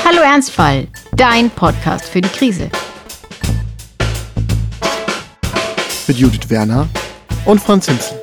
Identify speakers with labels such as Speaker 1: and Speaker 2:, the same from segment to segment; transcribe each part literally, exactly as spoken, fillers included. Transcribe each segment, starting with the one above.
Speaker 1: Hallo Ernstfall, dein Podcast für die Krise.
Speaker 2: Mit Judith Werner und Franz Hinzel.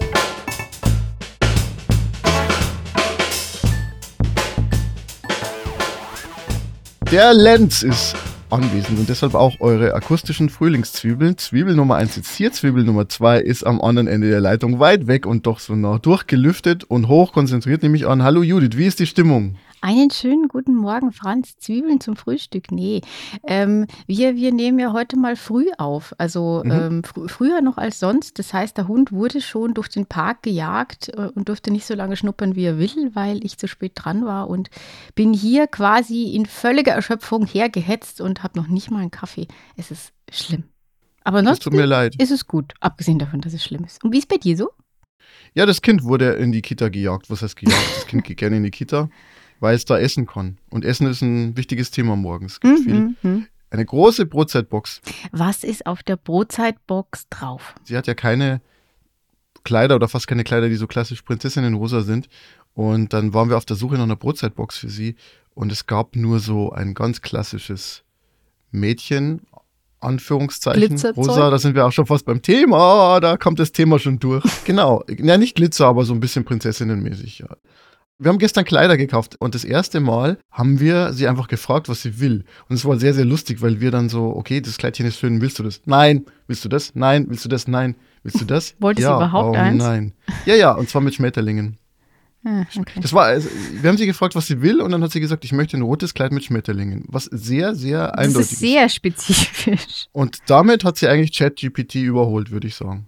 Speaker 2: Der Lenz ist anwesend und deshalb auch eure akustischen Frühlingszwiebeln. Zwiebel Nummer eins sitzt hier, Zwiebel Nummer zwei ist am anderen Ende der Leitung, weit weg und doch so nah durchgelüftet und hoch konzentriert, nehme ich an. Hallo Judith, wie ist die Stimmung?
Speaker 1: Einen schönen guten Morgen, Franz. Zwiebeln zum Frühstück? Nee, ähm, wir, wir nehmen ja heute mal früh auf, also
Speaker 2: Mhm.
Speaker 1: ähm, fr- früher noch als sonst. Das heißt, der Hund wurde schon durch den Park gejagt äh, und durfte nicht so lange schnuppern, wie er will, weil ich zu spät dran war und bin hier quasi in völliger Erschöpfung hergehetzt und habe noch nicht mal einen Kaffee. Es ist schlimm. Aber
Speaker 2: Das tut mir
Speaker 1: ansonsten
Speaker 2: leid.
Speaker 1: ist es gut, abgesehen davon, dass es schlimm ist. Und wie ist bei dir so?
Speaker 2: Ja, das Kind wurde in die Kita gejagt. Was heißt gejagt? Das Kind geht gerne in die Kita, weil es da essen kann. Und Essen ist ein wichtiges Thema morgens. Es gibt viel.
Speaker 1: Mhm, mhm.
Speaker 2: Eine große Brotzeitbox.
Speaker 1: Was ist auf der Brotzeitbox drauf?
Speaker 2: Sie hat ja keine Kleider oder fast keine Kleider, die so klassisch Prinzessinnenrosa sind. Und dann waren wir auf der Suche nach einer Brotzeitbox für sie. Und es gab nur so ein ganz klassisches Mädchen, Anführungszeichen,
Speaker 1: Glitzerzeug?
Speaker 2: rosa. Da sind wir auch schon fast beim Thema. Da kommt das Thema schon durch. Genau. Ja, nicht Glitzer, aber so ein bisschen prinzessinnenmäßig, ja. Wir haben gestern Kleider gekauft und das erste Mal haben wir sie einfach gefragt, was sie will. Und es war sehr, sehr lustig, weil wir dann so, okay, das Kleidchen ist schön, willst du das? Nein. Willst du das? Nein. Willst du das? Nein. Willst du das?
Speaker 1: Wollte sie
Speaker 2: ja,
Speaker 1: überhaupt
Speaker 2: oh,
Speaker 1: eins?
Speaker 2: Nein. Ja, ja, und zwar mit Schmetterlingen.
Speaker 1: Ah, okay.
Speaker 2: Das war, also, wir haben sie gefragt, was sie will und dann hat sie gesagt, ich möchte ein rotes Kleid mit Schmetterlingen. Was sehr, sehr
Speaker 1: Das
Speaker 2: eindeutig
Speaker 1: ist sehr spezifisch.
Speaker 2: Und damit hat sie eigentlich ChatGPT überholt, würde ich sagen.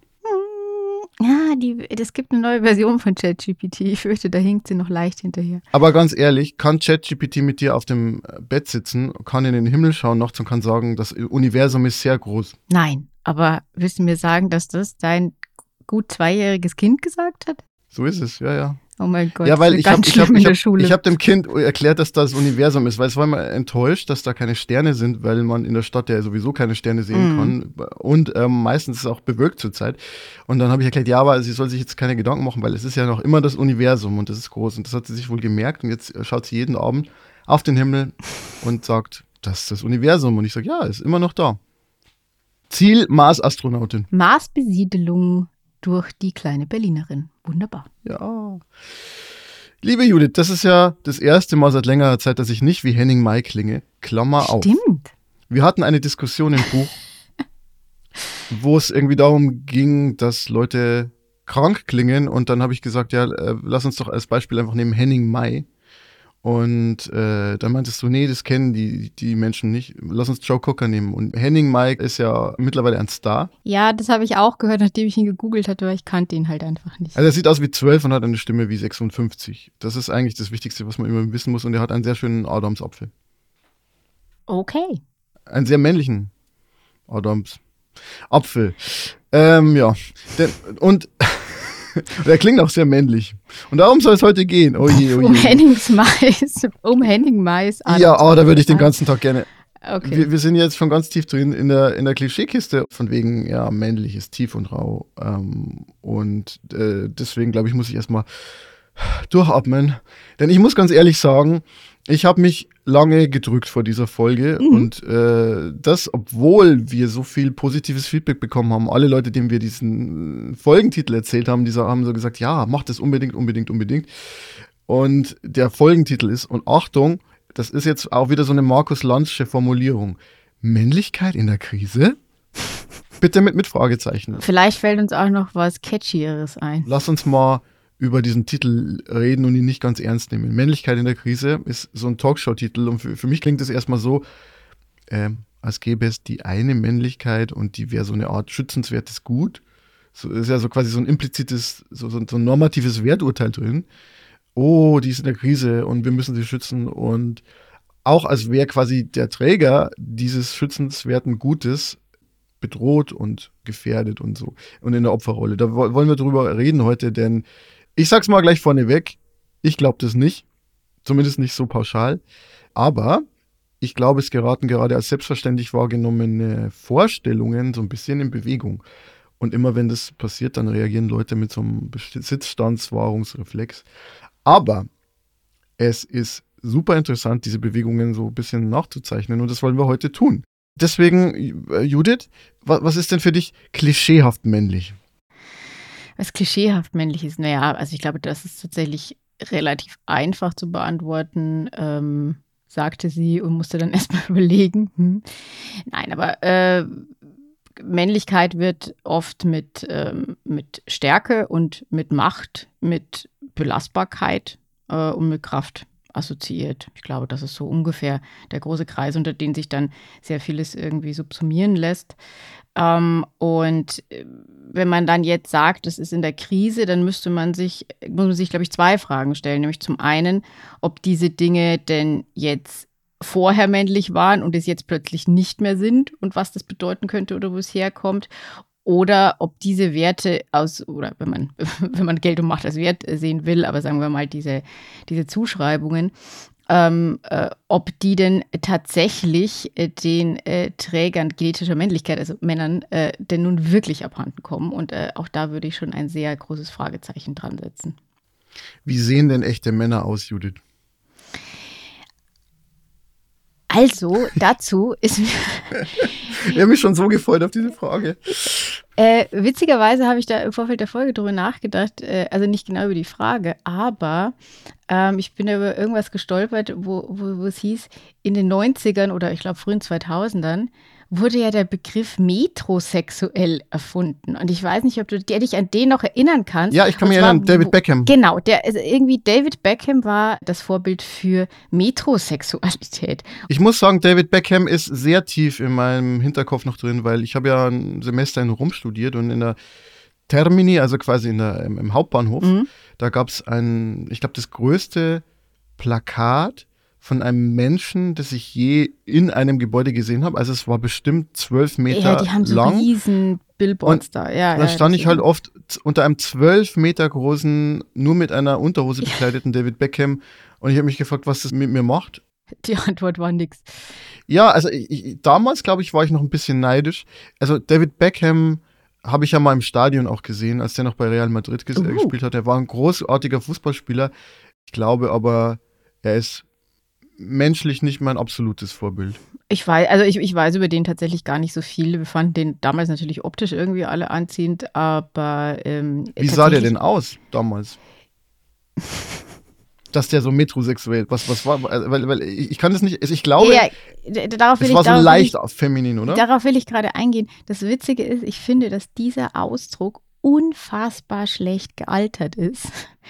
Speaker 1: Ja, die, es gibt eine neue Version von ChatGPT. Ich fürchte, da hinkt sie noch leicht hinterher.
Speaker 2: Aber ganz ehrlich, kann ChatGPT mit dir auf dem Bett sitzen, kann in den Himmel schauen nachts und kann sagen, das Universum ist sehr groß.
Speaker 1: Nein, aber willst du mir sagen, dass das dein gut zweijähriges Kind gesagt hat?
Speaker 2: So ist es, ja, ja.
Speaker 1: Oh mein Gott,
Speaker 2: ja, weil
Speaker 1: das ist
Speaker 2: ich habe
Speaker 1: ganz
Speaker 2: ich
Speaker 1: schlimm
Speaker 2: hab,
Speaker 1: in
Speaker 2: ich
Speaker 1: der
Speaker 2: hab,
Speaker 1: Schule.
Speaker 2: ich hab dem Kind erklärt, dass das Universum ist, weil es war immer enttäuscht, dass da keine Sterne sind, weil man in der Stadt ja sowieso keine Sterne sehen
Speaker 1: Mhm.
Speaker 2: kann und ähm, meistens ist es auch bewölkt zurzeit. Und dann habe ich erklärt, ja, aber sie soll sich jetzt keine Gedanken machen, weil es ist ja noch immer das Universum und das ist groß und das hat sie sich wohl gemerkt und jetzt schaut sie jeden Abend auf den Himmel und sagt, das ist das Universum und ich sage, ja, ist immer noch da. Ziel Mars-Astronautin.
Speaker 1: Marsbesiedelung durch die kleine Berlinerin. Wunderbar.
Speaker 2: Ja. Liebe Judith, das ist ja das erste Mal seit längerer Zeit, dass ich nicht wie Henning Mai klinge. Klammer auf.
Speaker 1: Stimmt.
Speaker 2: Wir hatten eine Diskussion im Buch, wo es irgendwie darum ging, dass Leute krank klingen und dann habe ich gesagt, ja, äh, lass uns doch als Beispiel einfach nehmen Henning Mai. Und äh, dann meintest du, nee, das kennen die, die Menschen nicht. Lass uns Joe Cocker nehmen. Und Henning Mai ist ja mittlerweile ein Star.
Speaker 1: Ja, das habe ich auch gehört, nachdem ich ihn gegoogelt hatte, weil ich kannte ihn halt einfach nicht.
Speaker 2: Also er sieht aus wie zwölf und hat eine Stimme wie sechsundfünfzig. Das ist eigentlich das Wichtigste, was man immer wissen muss. Und er hat einen sehr schönen Adamsapfel.
Speaker 1: Okay.
Speaker 2: Einen sehr männlichen Adamsapfel. Ähm, ja. Der, und der klingt auch sehr männlich. Und darum soll es heute gehen. Oh je, oh je.
Speaker 1: Um Hennings Mais. Um Henning Mais.
Speaker 2: Ja, oh, da würde ich den ganzen Tag gerne.
Speaker 1: Okay.
Speaker 2: Wir, wir sind jetzt schon ganz tief drin in der, in der Klischeekiste, von wegen, ja, männlich ist tief und rau. Ähm, und äh, deswegen, glaube ich, muss ich erstmal durchatmen. Denn ich muss ganz ehrlich sagen, ich habe mich lange gedrückt vor dieser Folge
Speaker 1: Mhm.
Speaker 2: und äh, das, obwohl wir so viel positives Feedback bekommen haben. Alle Leute, denen wir diesen Folgentitel erzählt haben, die haben so gesagt, ja, mach das unbedingt, unbedingt, unbedingt. Und der Folgentitel ist, und Achtung, das ist jetzt auch wieder so eine Markus Lanzsche Formulierung. Männlichkeit in der Krise? Bitte mit, mit Fragezeichen.
Speaker 1: Vielleicht fällt uns auch noch was Catchieres ein.
Speaker 2: Lass uns mal über diesen Titel reden und ihn nicht ganz ernst nehmen. Männlichkeit in der Krise ist so ein Talkshow-Titel und für, für mich klingt es erstmal so, ähm, als gäbe es die eine Männlichkeit und die wäre so eine Art schützenswertes Gut. So ist ja so quasi so ein implizites, so, so, so ein normatives Werturteil drin. Oh, die ist in der Krise und wir müssen sie schützen und auch als wäre quasi der Träger dieses schützenswerten Gutes bedroht und gefährdet und so und in der Opferrolle. Da wo- wollen wir drüber reden heute, denn ich sag's mal gleich vorneweg, ich glaube das nicht, zumindest nicht so pauschal, aber ich glaube, es geraten gerade als selbstverständlich wahrgenommene Vorstellungen so ein bisschen in Bewegung. Und immer wenn das passiert, dann reagieren Leute mit so einem Besitzstandswahrungsreflex. Aber es ist super interessant, diese Bewegungen so ein bisschen nachzuzeichnen und das wollen wir heute tun. Deswegen, Judith, was ist denn für dich klischeehaft männlich?
Speaker 1: Was klischeehaft männlich ist, naja, also ich glaube, das ist tatsächlich relativ einfach zu beantworten, ähm, sagte sie und musste dann erstmal überlegen. Hm. Nein, aber äh, Männlichkeit wird oft mit, ähm, mit Stärke und mit Macht, mit Belastbarkeit äh, und mit Kraft assoziiert. Ich glaube, das ist so ungefähr der große Kreis, unter den sich dann sehr vieles irgendwie subsumieren lässt. Ähm, und wenn man dann jetzt sagt, es ist in der Krise, dann müsste man sich, muss man sich, glaube ich, zwei Fragen stellen. Nämlich zum einen, ob diese Dinge denn jetzt vorher männlich waren und es jetzt plötzlich nicht mehr sind und was das bedeuten könnte oder wo es herkommt. Oder ob diese Werte aus, oder wenn man, wenn man Geld und Macht als Wert sehen will, aber sagen wir mal diese, diese Zuschreibungen, ähm, äh, ob die denn tatsächlich äh, den äh, Trägern genetischer Männlichkeit, also Männern, äh, denn nun wirklich abhanden kommen. Und äh, auch da würde ich schon ein sehr großes Fragezeichen dran setzen.
Speaker 2: Wie sehen denn echte Männer aus, Judith?
Speaker 1: Also, dazu ist mir.
Speaker 2: Ich habe mich schon so gefreut auf diese Frage.
Speaker 1: Äh, witzigerweise habe ich da im Vorfeld der Folge drüber nachgedacht, äh, also nicht genau über die Frage, aber ähm, ich bin über irgendwas gestolpert, wo, wo, wo es hieß, in den neunzigern oder ich glaube frühen zweitausendern wurde ja der Begriff metrosexuell erfunden. Und ich weiß nicht, ob du dich an den noch erinnern kannst.
Speaker 2: Ja, ich kann mich erinnern, David Beckham.
Speaker 1: Genau, der, also irgendwie David Beckham war das Vorbild für Metrosexualität.
Speaker 2: Ich muss sagen, David Beckham ist sehr tief in meinem Hinterkopf noch drin, weil ich habe ja ein Semester in Rom studiert und in der Termini, also quasi in der, im, im Hauptbahnhof, mhm. da gab es ein, ich glaube, das größte Plakat von einem Menschen, das ich je in einem Gebäude gesehen habe. Also es war bestimmt zwölf Meter lang. Ja,
Speaker 1: die haben so
Speaker 2: lang.
Speaker 1: riesen Billboards da. Ja,
Speaker 2: dann
Speaker 1: ja,
Speaker 2: stand ich halt oft unter einem zwölf Meter großen, nur mit einer Unterhose bekleideten David Beckham und ich habe mich gefragt, was das mit mir macht.
Speaker 1: Die Antwort war nix.
Speaker 2: Ja, also ich, ich, damals, glaube ich, war ich noch ein bisschen neidisch. Also David Beckham habe ich ja mal im Stadion auch gesehen, als der noch bei Real Madrid ges- uh. gespielt hat. Er war ein großartiger Fußballspieler. Ich glaube aber, er ist menschlich nicht mein absolutes Vorbild.
Speaker 1: Ich weiß, also ich, ich weiß über den tatsächlich gar nicht so viel. Wir fanden den damals natürlich optisch irgendwie alle anziehend, aber ähm,
Speaker 2: wie sah der denn aus damals? Dass der so metrosexuell, was, was war, weil, weil ich kann das nicht, also ich glaube,
Speaker 1: ja, darauf will
Speaker 2: es
Speaker 1: ich,
Speaker 2: war so
Speaker 1: darauf
Speaker 2: leicht
Speaker 1: ich,
Speaker 2: feminin, oder?
Speaker 1: Darauf will ich gerade eingehen. Das Witzige ist, ich finde, dass dieser Ausdruck unfassbar schlecht gealtert ist.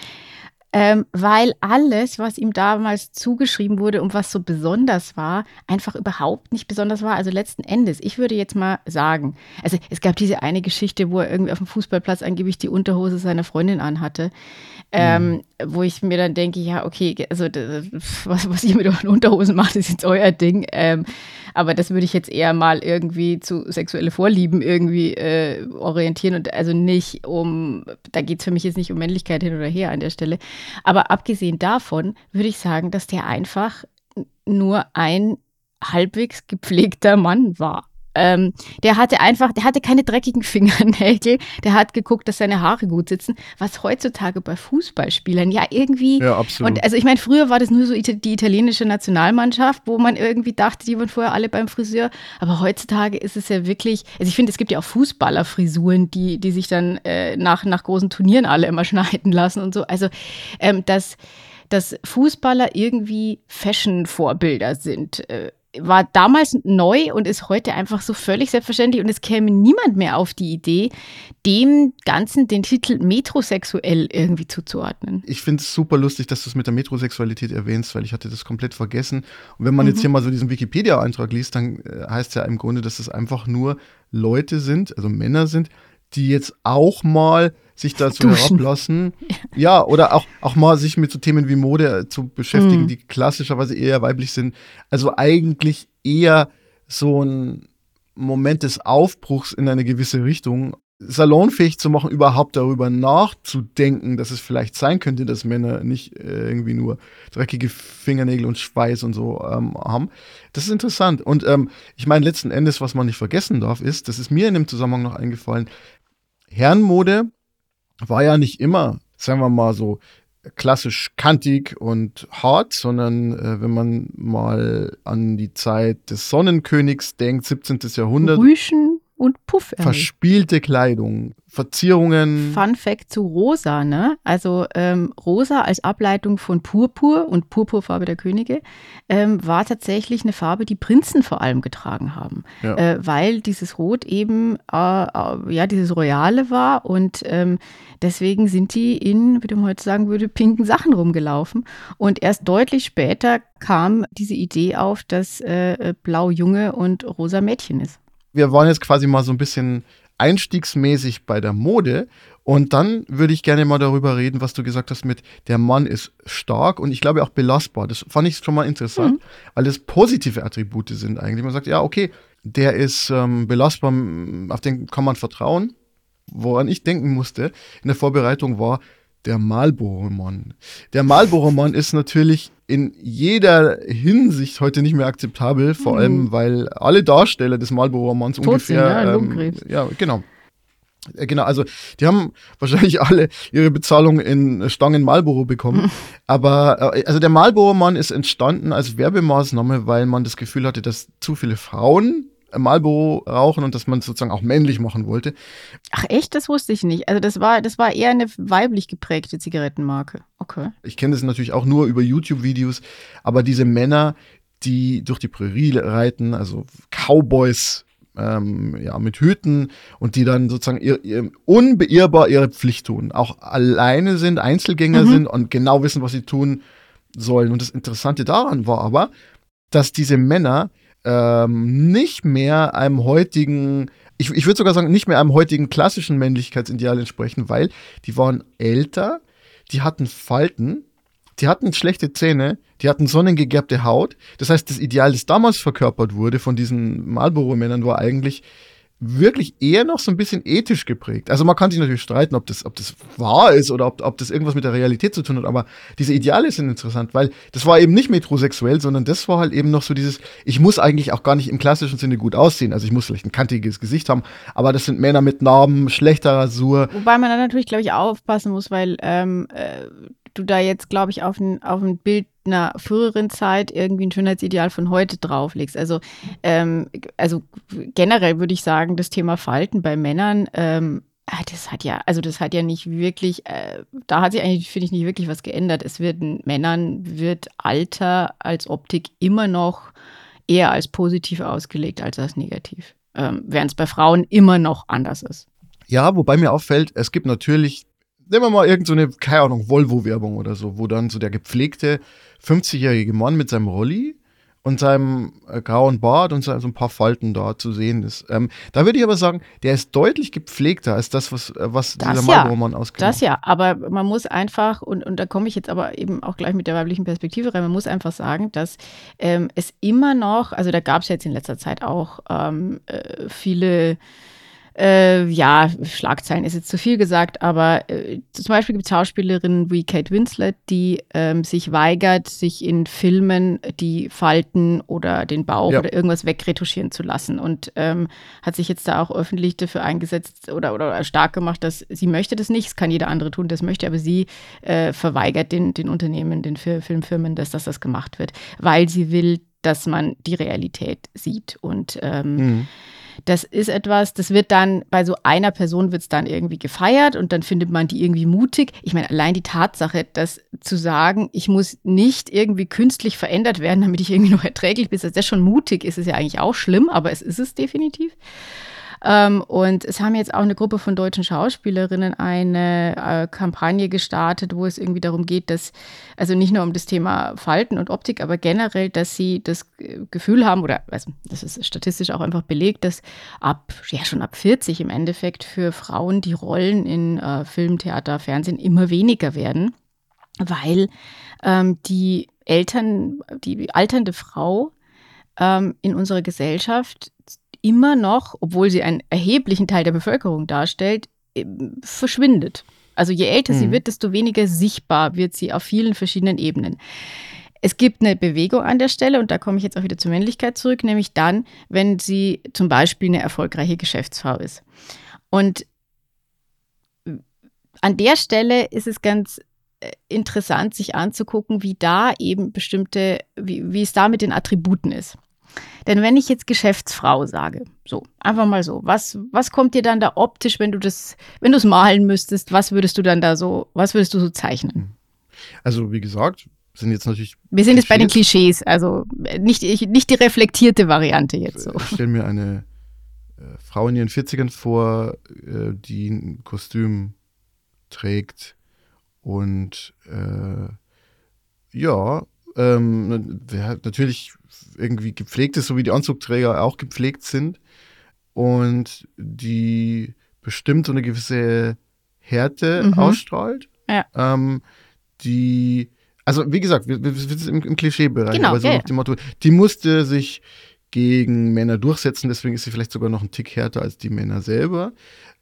Speaker 1: Ähm, weil alles, was ihm damals zugeschrieben wurde und was so besonders war, einfach überhaupt nicht besonders war. Also letzten Endes, ich würde jetzt mal sagen, also es gab diese eine Geschichte, wo er irgendwie auf dem Fußballplatz angeblich die Unterhose seiner Freundin anhatte, ähm, mhm. wo ich mir dann denke, ja, okay, also das, was, was ihr mit euren Unterhosen macht, ist jetzt euer Ding. Ähm, aber das würde ich jetzt eher mal irgendwie zu sexuelle Vorlieben irgendwie äh, orientieren und also nicht um, da geht es für mich jetzt nicht um Männlichkeit hin oder her an der Stelle. Aber abgesehen davon würde ich sagen, dass der einfach nur ein halbwegs gepflegter Mann war. Ähm, der hatte einfach, der hatte keine dreckigen Fingernägel, der hat geguckt, dass seine Haare gut sitzen, was heutzutage bei Fußballspielern ja irgendwie,
Speaker 2: ja, absolut.
Speaker 1: Und also ich meine, früher war das nur so die italienische Nationalmannschaft, wo man irgendwie dachte, die waren vorher alle beim Friseur, aber heutzutage ist es ja wirklich, also ich finde, es gibt ja auch Fußballerfrisuren, die, die sich dann äh, nach, nach großen Turnieren alle immer schneiden lassen und so, also ähm, dass, dass Fußballer irgendwie Fashion-Vorbilder sind, äh, war damals neu und ist heute einfach so völlig selbstverständlich und es käme niemand mehr auf die Idee, dem Ganzen den Titel metrosexuell irgendwie zuzuordnen.
Speaker 2: Ich finde es super lustig, dass du es mit der Metrosexualität erwähnst, weil ich hatte das komplett vergessen. Und wenn man mhm. jetzt hier mal so diesen Wikipedia-Eintrag liest, dann äh, heißt es ja im Grunde, dass es einfach nur Leute sind, also Männer sind, die jetzt auch mal sich dazu
Speaker 1: Duschen.
Speaker 2: herablassen. Ja. ja, oder auch, auch mal sich mit so Themen wie Mode zu beschäftigen, mm. die klassischerweise eher weiblich sind. Also eigentlich eher so ein Moment des Aufbruchs in eine gewisse Richtung, salonfähig zu machen, überhaupt darüber nachzudenken, dass es vielleicht sein könnte, dass Männer nicht äh, irgendwie nur dreckige Fingernägel und Schweiß und so ähm, haben. Das ist interessant. Und ähm, ich meine, letzten Endes, was man nicht vergessen darf, ist, das ist mir in dem Zusammenhang noch eingefallen, Herrenmode war ja nicht immer, sagen wir mal so, klassisch kantig und hart, sondern äh, wenn man mal an die Zeit des Sonnenkönigs denkt, siebzehntes Jahrhundert.
Speaker 1: Rüschen und Puff.
Speaker 2: Verspielte Kleidung, Verzierungen.
Speaker 1: Fun Fact zu Rosa, ne? Also ähm, Rosa als Ableitung von Purpur und Purpurfarbe der Könige ähm, war tatsächlich eine Farbe, die Prinzen vor allem getragen haben,
Speaker 2: Ja.
Speaker 1: äh, weil dieses Rot eben äh, äh, ja dieses Royale war und ähm, deswegen sind die in, wie man heute sagen würde, pinken Sachen rumgelaufen. Und erst deutlich später kam diese Idee auf, dass äh, Blau Junge und Rosa Mädchen ist.
Speaker 2: Wir waren jetzt quasi mal so ein bisschen einstiegsmäßig bei der Mode und dann würde ich gerne mal darüber reden, was du gesagt hast mit der Mann ist stark und ich glaube auch belastbar. Das fand ich schon mal interessant, mhm. weil das positive Attribute sind eigentlich. Man sagt, ja, okay, der ist ähm, belastbar, auf den kann man vertrauen. Woran ich denken musste in der Vorbereitung war der Marlboro-Mann. Der Marlboro-Mann ist natürlich in jeder Hinsicht heute nicht mehr akzeptabel, vor mhm. allem, weil alle Darsteller des Marlboro-Manns ungefähr,
Speaker 1: ja,
Speaker 2: ähm, ja, genau. Genau, also die haben wahrscheinlich alle ihre Bezahlung in Stangen Marlboro bekommen, mhm. aber äh, also der Marlboro-Mann ist entstanden als Werbemaßnahme, weil man das Gefühl hatte, dass zu viele Frauen Marlboro rauchen und dass man es sozusagen auch männlich machen wollte.
Speaker 1: Ach echt? Das wusste ich nicht. Also das war, das war eher eine weiblich geprägte Zigarettenmarke. Okay.
Speaker 2: Ich kenne das natürlich auch nur über YouTube-Videos, aber diese Männer, die durch die Prärie reiten, also Cowboys ähm, ja, mit Hüten und die dann sozusagen ihr, ihr, unbeirrbar ihre Pflicht tun, auch alleine sind, Einzelgänger mhm. sind und genau wissen, was sie tun sollen. Und das Interessante daran war aber, dass diese Männer Ähm, nicht mehr einem heutigen, ich, ich würde sogar sagen, nicht mehr einem heutigen klassischen Männlichkeitsideal entsprechen, weil die waren älter, die hatten Falten, die hatten schlechte Zähne, die hatten sonnengegerbte Haut. Das heißt, das Ideal, das damals verkörpert wurde von diesen Marlboro-Männern, war eigentlich wirklich eher noch so ein bisschen ethisch geprägt. Also man kann sich natürlich streiten, ob das, ob das wahr ist oder ob, ob das irgendwas mit der Realität zu tun hat, aber diese Ideale sind interessant, weil das war eben nicht metrosexuell, sondern das war halt eben noch so dieses, ich muss eigentlich auch gar nicht im klassischen Sinne gut aussehen, also ich muss vielleicht ein kantiges Gesicht haben, aber das sind Männer mit Narben, schlechter Rasur.
Speaker 1: Wobei man dann natürlich, glaube ich, aufpassen muss, weil ähm, äh, du da jetzt, glaube ich, auf ein, auf ein Bild einer früheren Zeit irgendwie ein Schönheitsideal von heute drauflegst. Also, ähm, also generell würde ich sagen, das Thema Falten bei Männern, ähm, das hat ja, also das hat ja nicht wirklich, äh, da hat sich eigentlich, finde ich, nicht wirklich was geändert. Es wird Männern wird Alter als Optik immer noch eher als positiv ausgelegt als als negativ, ähm, während es bei Frauen immer noch anders ist.
Speaker 2: Ja, wobei mir auffällt, es gibt natürlich, nehmen wir mal irgendeine, so keine Ahnung, Volvo-Werbung oder so, wo dann so der gepflegte fünfzigjährige Mann mit seinem Rolli und seinem äh, grauen Bart und so, so ein paar Falten da zu sehen ist. Ähm, da würde ich aber sagen, der ist deutlich gepflegter als das, was, äh, was
Speaker 1: das
Speaker 2: dieser
Speaker 1: ja,
Speaker 2: Marlboro-Mann ausgemacht hat.
Speaker 1: Das ja, aber man muss einfach, und, und da komme ich jetzt aber eben auch gleich mit der weiblichen Perspektive rein, man muss einfach sagen, dass ähm, es immer noch, also da gab es jetzt in letzter Zeit auch ähm, äh, viele Äh, ja, Schlagzeilen ist jetzt zu viel gesagt, aber äh, zum Beispiel gibt es Schauspielerinnen wie Kate Winslet, die ähm, sich weigert, sich in Filmen die Falten oder den Bauch ja. oder irgendwas wegretuschieren zu lassen und ähm, hat sich jetzt da auch öffentlich dafür eingesetzt oder, oder stark gemacht, dass sie möchte das nicht, es kann jeder andere tun, das möchte, aber sie äh, verweigert den, den Unternehmen, den Filmfirmen, dass, dass das gemacht wird, weil sie will, dass man die Realität sieht und ähm, mhm. Das ist etwas, das wird dann, bei so einer Person wird es dann irgendwie gefeiert und dann findet man die irgendwie mutig. Ich meine, allein die Tatsache, dass zu sagen, ich muss nicht irgendwie künstlich verändert werden, damit ich irgendwie noch erträglich bin, dass das schon mutig ist, ist ja eigentlich auch schlimm, aber es ist es definitiv. Ähm, und es haben jetzt auch eine Gruppe von deutschen Schauspielerinnen eine äh, Kampagne gestartet, wo es irgendwie darum geht, dass, also nicht nur um das Thema Falten und Optik, aber generell, dass sie das Gefühl haben, oder also das ist statistisch auch einfach belegt, dass ab, ja schon ab vierzig im Endeffekt für Frauen die Rollen in äh, Film, Theater, Fernsehen immer weniger werden, weil ähm, die Eltern, die alternde Frau ähm, in unserer Gesellschaft immer noch, obwohl sie einen erheblichen Teil der Bevölkerung darstellt, verschwindet. Also je älter mhm. sie wird, desto weniger sichtbar wird sie auf vielen verschiedenen Ebenen. Es gibt eine Bewegung an der Stelle, und da komme ich jetzt auch wieder zur Männlichkeit zurück, nämlich dann, wenn sie zum Beispiel eine erfolgreiche Geschäftsfrau ist. Und an der Stelle ist es ganz interessant, sich anzugucken, wie da eben bestimmte, wie, wie es da mit den Attributen ist. Denn wenn ich jetzt Geschäftsfrau sage, so, einfach mal so, was, was kommt dir dann da optisch, wenn du das, wenn du es malen müsstest, was würdest du dann da so, was würdest du so zeichnen?
Speaker 2: Also, wie gesagt, sind jetzt natürlich.
Speaker 1: Wir sind Klischees. Jetzt bei den Klischees, also nicht, ich, nicht die reflektierte Variante jetzt so.
Speaker 2: Ich stelle mir eine äh, Frau in ihren vierzigern vor, äh, die ein Kostüm trägt und äh, ja, ähm, natürlich irgendwie gepflegt ist, so wie die Anzugträger auch gepflegt sind und die bestimmt so eine gewisse Härte mhm. ausstrahlt.
Speaker 1: Ja.
Speaker 2: Ähm, die, also wie gesagt, wir, wir sind im, im Klischeebereich,
Speaker 1: genau,
Speaker 2: aber so
Speaker 1: ja,
Speaker 2: nach dem Motto, die musste sich gegen Männer durchsetzen, deswegen ist sie vielleicht sogar noch einen Tick härter als die Männer selber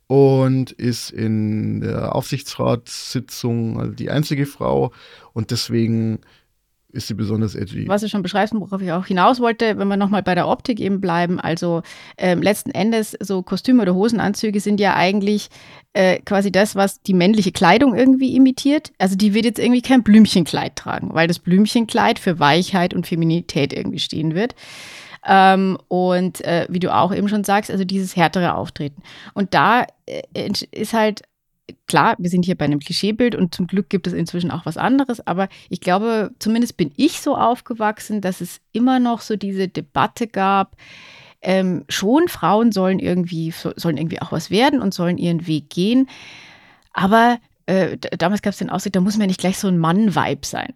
Speaker 2: und ist in der Aufsichtsratssitzung also die einzige Frau und deswegen ist sie besonders edgy.
Speaker 1: Was du schon beschreibst, worauf ich auch hinaus wollte, wenn wir nochmal bei der Optik eben bleiben, also ähm, letzten Endes so Kostüme oder Hosenanzüge sind ja eigentlich äh, quasi das, was die männliche Kleidung irgendwie imitiert. Also die wird jetzt irgendwie kein Blümchenkleid tragen, weil das Blümchenkleid für Weichheit und Feminität irgendwie stehen wird. Ähm, und äh, wie du auch eben schon sagst, also dieses härtere Auftreten. Und da äh, ist halt klar, wir sind hier bei einem Klischeebild und zum Glück gibt es inzwischen auch was anderes, aber ich glaube, zumindest bin ich so aufgewachsen, dass es immer noch so diese Debatte gab, ähm, schon Frauen sollen irgendwie, sollen irgendwie auch was werden und sollen ihren Weg gehen, aber äh, damals gab es den Ausdruck, da muss man nicht gleich so ein Mann-Vibe sein.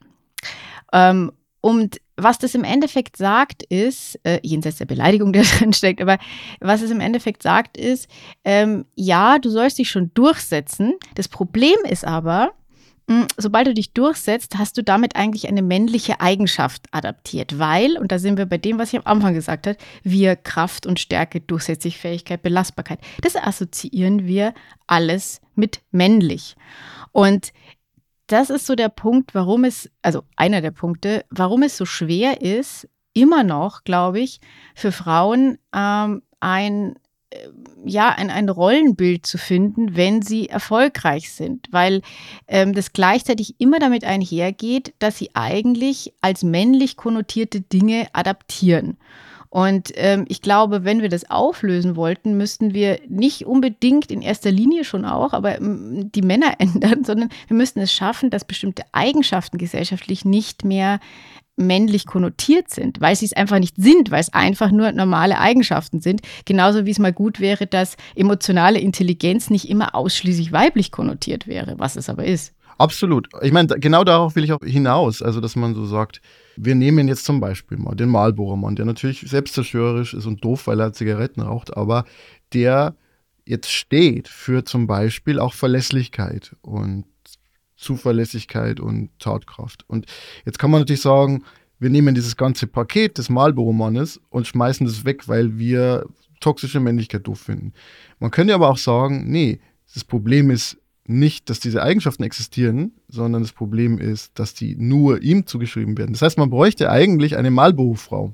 Speaker 1: Ähm, und was das im Endeffekt sagt ist, äh, jenseits der Beleidigung, die drin steckt, aber was es im Endeffekt sagt ist, ähm, ja, du sollst dich schon durchsetzen. Das Problem ist aber, mh, sobald du dich durchsetzt, hast du damit eigentlich eine männliche Eigenschaft adaptiert, weil, und da sind wir bei dem, was ich am Anfang gesagt habe, wir Kraft und Stärke, Durchsetzungsfähigkeit, Belastbarkeit, das assoziieren wir alles mit männlich. Und das ist so der Punkt, warum es, also einer der Punkte, warum es so schwer ist, immer noch, glaube ich, für Frauen ähm, ein, äh, ja, ein, ein Rollenbild zu finden, wenn sie erfolgreich sind. Weil ähm, das gleichzeitig immer damit einhergeht, dass sie eigentlich als männlich konnotierte Dinge adaptieren. Und ähm, ich glaube, wenn wir das auflösen wollten, müssten wir nicht unbedingt in erster Linie schon auch, aber ähm, die Männer ändern, sondern wir müssten es schaffen, dass bestimmte Eigenschaften gesellschaftlich nicht mehr männlich konnotiert sind, weil sie es einfach nicht sind, weil es einfach nur normale Eigenschaften sind. Genauso wie es mal gut wäre, dass emotionale Intelligenz nicht immer ausschließlich weiblich konnotiert wäre, was es aber ist.
Speaker 2: Absolut. Ich meine, genau darauf will ich auch hinaus. Also, dass man so sagt, wir nehmen jetzt zum Beispiel mal den Marlboro-Mann, der natürlich selbstzerstörerisch ist und doof, weil er Zigaretten raucht, aber der jetzt steht für zum Beispiel auch Verlässlichkeit und Zuverlässigkeit und Tatkraft. Und jetzt kann man natürlich sagen, wir nehmen dieses ganze Paket des Marlboro-Mannes und schmeißen das weg, weil wir toxische Männlichkeit doof finden. Man könnte aber auch sagen, nee, das Problem ist nicht, dass diese Eigenschaften existieren, sondern das Problem ist, dass die nur ihm zugeschrieben werden. Das heißt, man bräuchte eigentlich eine Marlboro-Frau.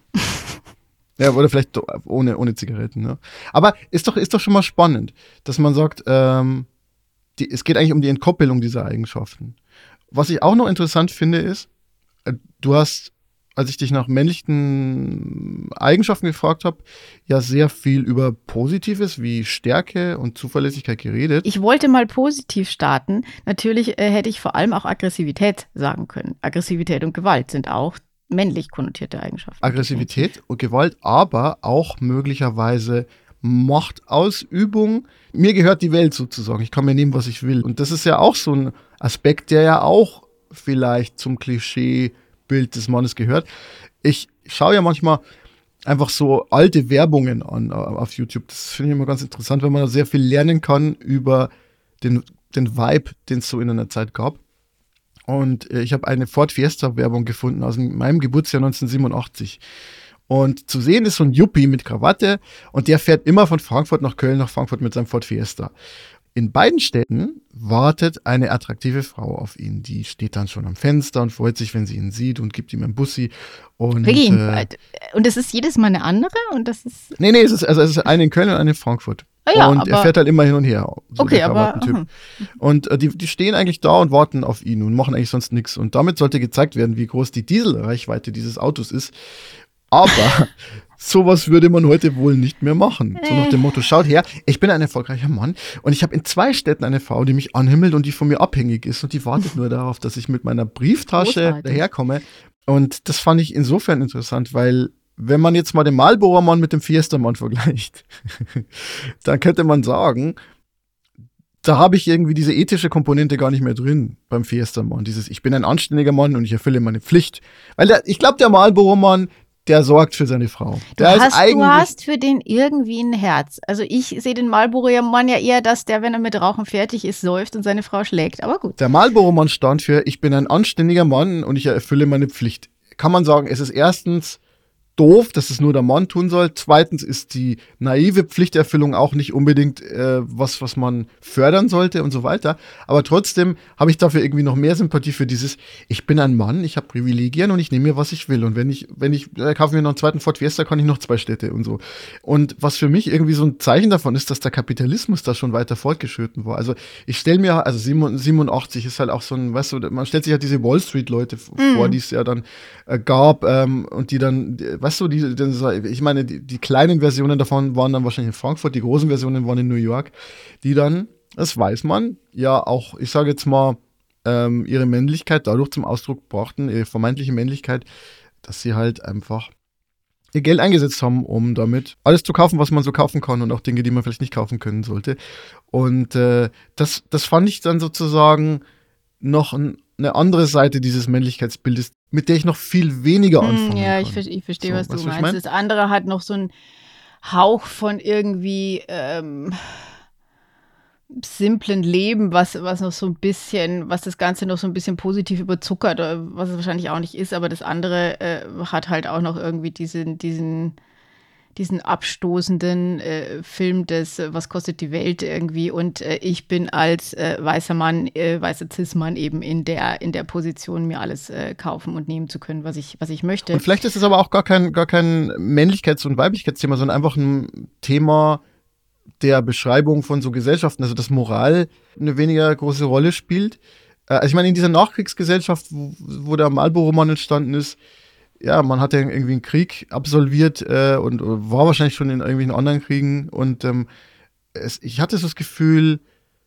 Speaker 2: Ja, oder vielleicht ohne, ohne Zigaretten. Ne? Aber ist doch, ist doch schon mal spannend, dass man sagt, ähm, die, es geht eigentlich um die Entkoppelung dieser Eigenschaften. Was ich auch noch interessant finde, ist, äh, du hast, als ich dich nach männlichen Eigenschaften gefragt habe, ja sehr viel über Positives wie Stärke und Zuverlässigkeit geredet.
Speaker 1: Ich wollte mal positiv starten. Natürlich äh, hätte ich vor allem auch Aggressivität sagen können. Aggressivität und Gewalt sind auch männlich konnotierte Eigenschaften.
Speaker 2: Aggressivität und Gewalt, aber auch möglicherweise Machtausübung. Mir gehört die Welt sozusagen. Ich kann mir nehmen, was ich will. Und das ist ja auch so ein Aspekt, der ja auch vielleicht zum Klischeebild des Mannes gehört. Ich schaue ja manchmal einfach so alte Werbungen an auf YouTube. Das finde ich immer ganz interessant, weil man da sehr viel lernen kann über den, den Vibe, den es so in einer Zeit gab. Und äh, ich habe eine Ford Fiesta-Werbung gefunden aus meinem Geburtsjahr neunzehnhundertsiebenundachtzig. Und zu sehen ist so ein Yuppie mit Krawatte und der fährt immer von Frankfurt nach Köln, nach Frankfurt mit seinem Ford Fiesta. In beiden Städten wartet eine attraktive Frau auf ihn. Die steht dann schon am Fenster und freut sich, wenn sie ihn sieht und gibt ihm ein Bussi. Und,
Speaker 1: äh, und es ist jedes Mal eine andere? Und das ist
Speaker 2: nee, nee, es ist, also es ist eine in Köln und eine in Frankfurt.
Speaker 1: Ah ja,
Speaker 2: und
Speaker 1: aber,
Speaker 2: er fährt halt immer hin und her. So
Speaker 1: okay,
Speaker 2: der
Speaker 1: aber
Speaker 2: Krawattentyp.
Speaker 1: aha.
Speaker 2: Und äh, die, die stehen eigentlich da und warten auf ihn und machen eigentlich sonst nichts. Und damit sollte gezeigt werden, wie groß die Dieselreichweite dieses Autos ist. Aber sowas würde man heute wohl nicht mehr machen. So nach dem Motto, schaut her, ich bin ein erfolgreicher Mann und ich habe in zwei Städten eine Frau, die mich anhimmelt und die von mir abhängig ist und die wartet nur darauf, dass ich mit meiner Brieftasche
Speaker 1: Großartig.
Speaker 2: daherkomme. Und das fand ich insofern interessant, weil wenn man jetzt mal den Marlboro-Mann mit dem Fiesta-Mann vergleicht, dann könnte man sagen, da habe ich irgendwie diese ethische Komponente gar nicht mehr drin beim Fiesta-Mann. Dieses, ich bin ein anständiger Mann und ich erfülle meine Pflicht. Weil der, ich glaube, der Marlboro-Mann, der sorgt für seine Frau.
Speaker 1: Du
Speaker 2: Der ist
Speaker 1: hast, du
Speaker 2: eigentlich,
Speaker 1: hast für den irgendwie ein Herz. Also ich sehe den Marlboro-Mann ja eher, dass der, wenn er mit Rauchen fertig ist, säuft und seine Frau schlägt. Aber gut.
Speaker 2: der Marlboro-Mann stand für, ich bin ein anständiger Mann und ich erfülle meine Pflicht. Kann man sagen, es ist erstens doof, dass es nur der Mann tun soll. Zweitens ist die naive Pflichterfüllung auch nicht unbedingt äh, was, was man fördern sollte und so weiter. Aber trotzdem habe ich dafür irgendwie noch mehr Sympathie für dieses, ich bin ein Mann, ich habe Privilegien und ich nehme mir, was ich will. Und wenn ich, wenn ich, äh, kaufe mir noch einen zweiten Ford Fiesta, kann ich noch zwei Städte und so. Und was für mich irgendwie so ein Zeichen davon ist, dass der Kapitalismus da schon weiter fortgeschritten war. Also ich stelle mir, also siebenundachtzig ist halt auch so ein, weißt du, man stellt sich halt diese Wall Street-Leute
Speaker 1: Mhm.
Speaker 2: vor, die es ja dann äh, gab ähm, und die dann, die, weißt du, die, die, ich meine, die, die kleinen Versionen davon waren dann wahrscheinlich in Frankfurt, die großen Versionen waren in New York, die dann, das weiß man, ja auch, ich sage jetzt mal, ähm, ihre Männlichkeit dadurch zum Ausdruck brachten, ihre vermeintliche Männlichkeit, dass sie halt einfach ihr Geld eingesetzt haben, um damit alles zu kaufen, was man so kaufen kann und auch Dinge, die man vielleicht nicht kaufen können sollte. Und äh, das, das fand ich dann sozusagen noch ein, eine andere Seite dieses Männlichkeitsbildes, mit der ich noch viel weniger anfangen
Speaker 1: Ja,
Speaker 2: kann.
Speaker 1: ich, ver- ich verstehe,
Speaker 2: So,
Speaker 1: was du
Speaker 2: weißt du, was ich
Speaker 1: meinst.
Speaker 2: mein?
Speaker 1: Das andere hat noch so einen Hauch von irgendwie ähm, simplen Leben, was, was noch so ein bisschen, was das Ganze noch so ein bisschen positiv überzuckert, äh, was es wahrscheinlich auch nicht ist, aber das andere äh, hat halt auch noch irgendwie diesen, diesen, diesen abstoßenden äh, Film des, äh, was kostet die Welt irgendwie und äh, ich bin als äh, weißer Mann, äh, weißer Cis-Mann eben in der, in der Position, mir alles äh, kaufen und nehmen zu können, was ich, was ich möchte.
Speaker 2: Und vielleicht ist es aber auch gar kein, gar kein Männlichkeits- und Weiblichkeitsthema, sondern einfach ein Thema der Beschreibung von so Gesellschaften, also dass Moral eine weniger große Rolle spielt. Äh, Also ich meine, in dieser Nachkriegsgesellschaft, wo, wo der Marlboro-Mann entstanden ist, ja, man hat ja irgendwie einen Krieg absolviert äh, und war wahrscheinlich schon in irgendwelchen anderen Kriegen und ähm, es, ich hatte so das Gefühl,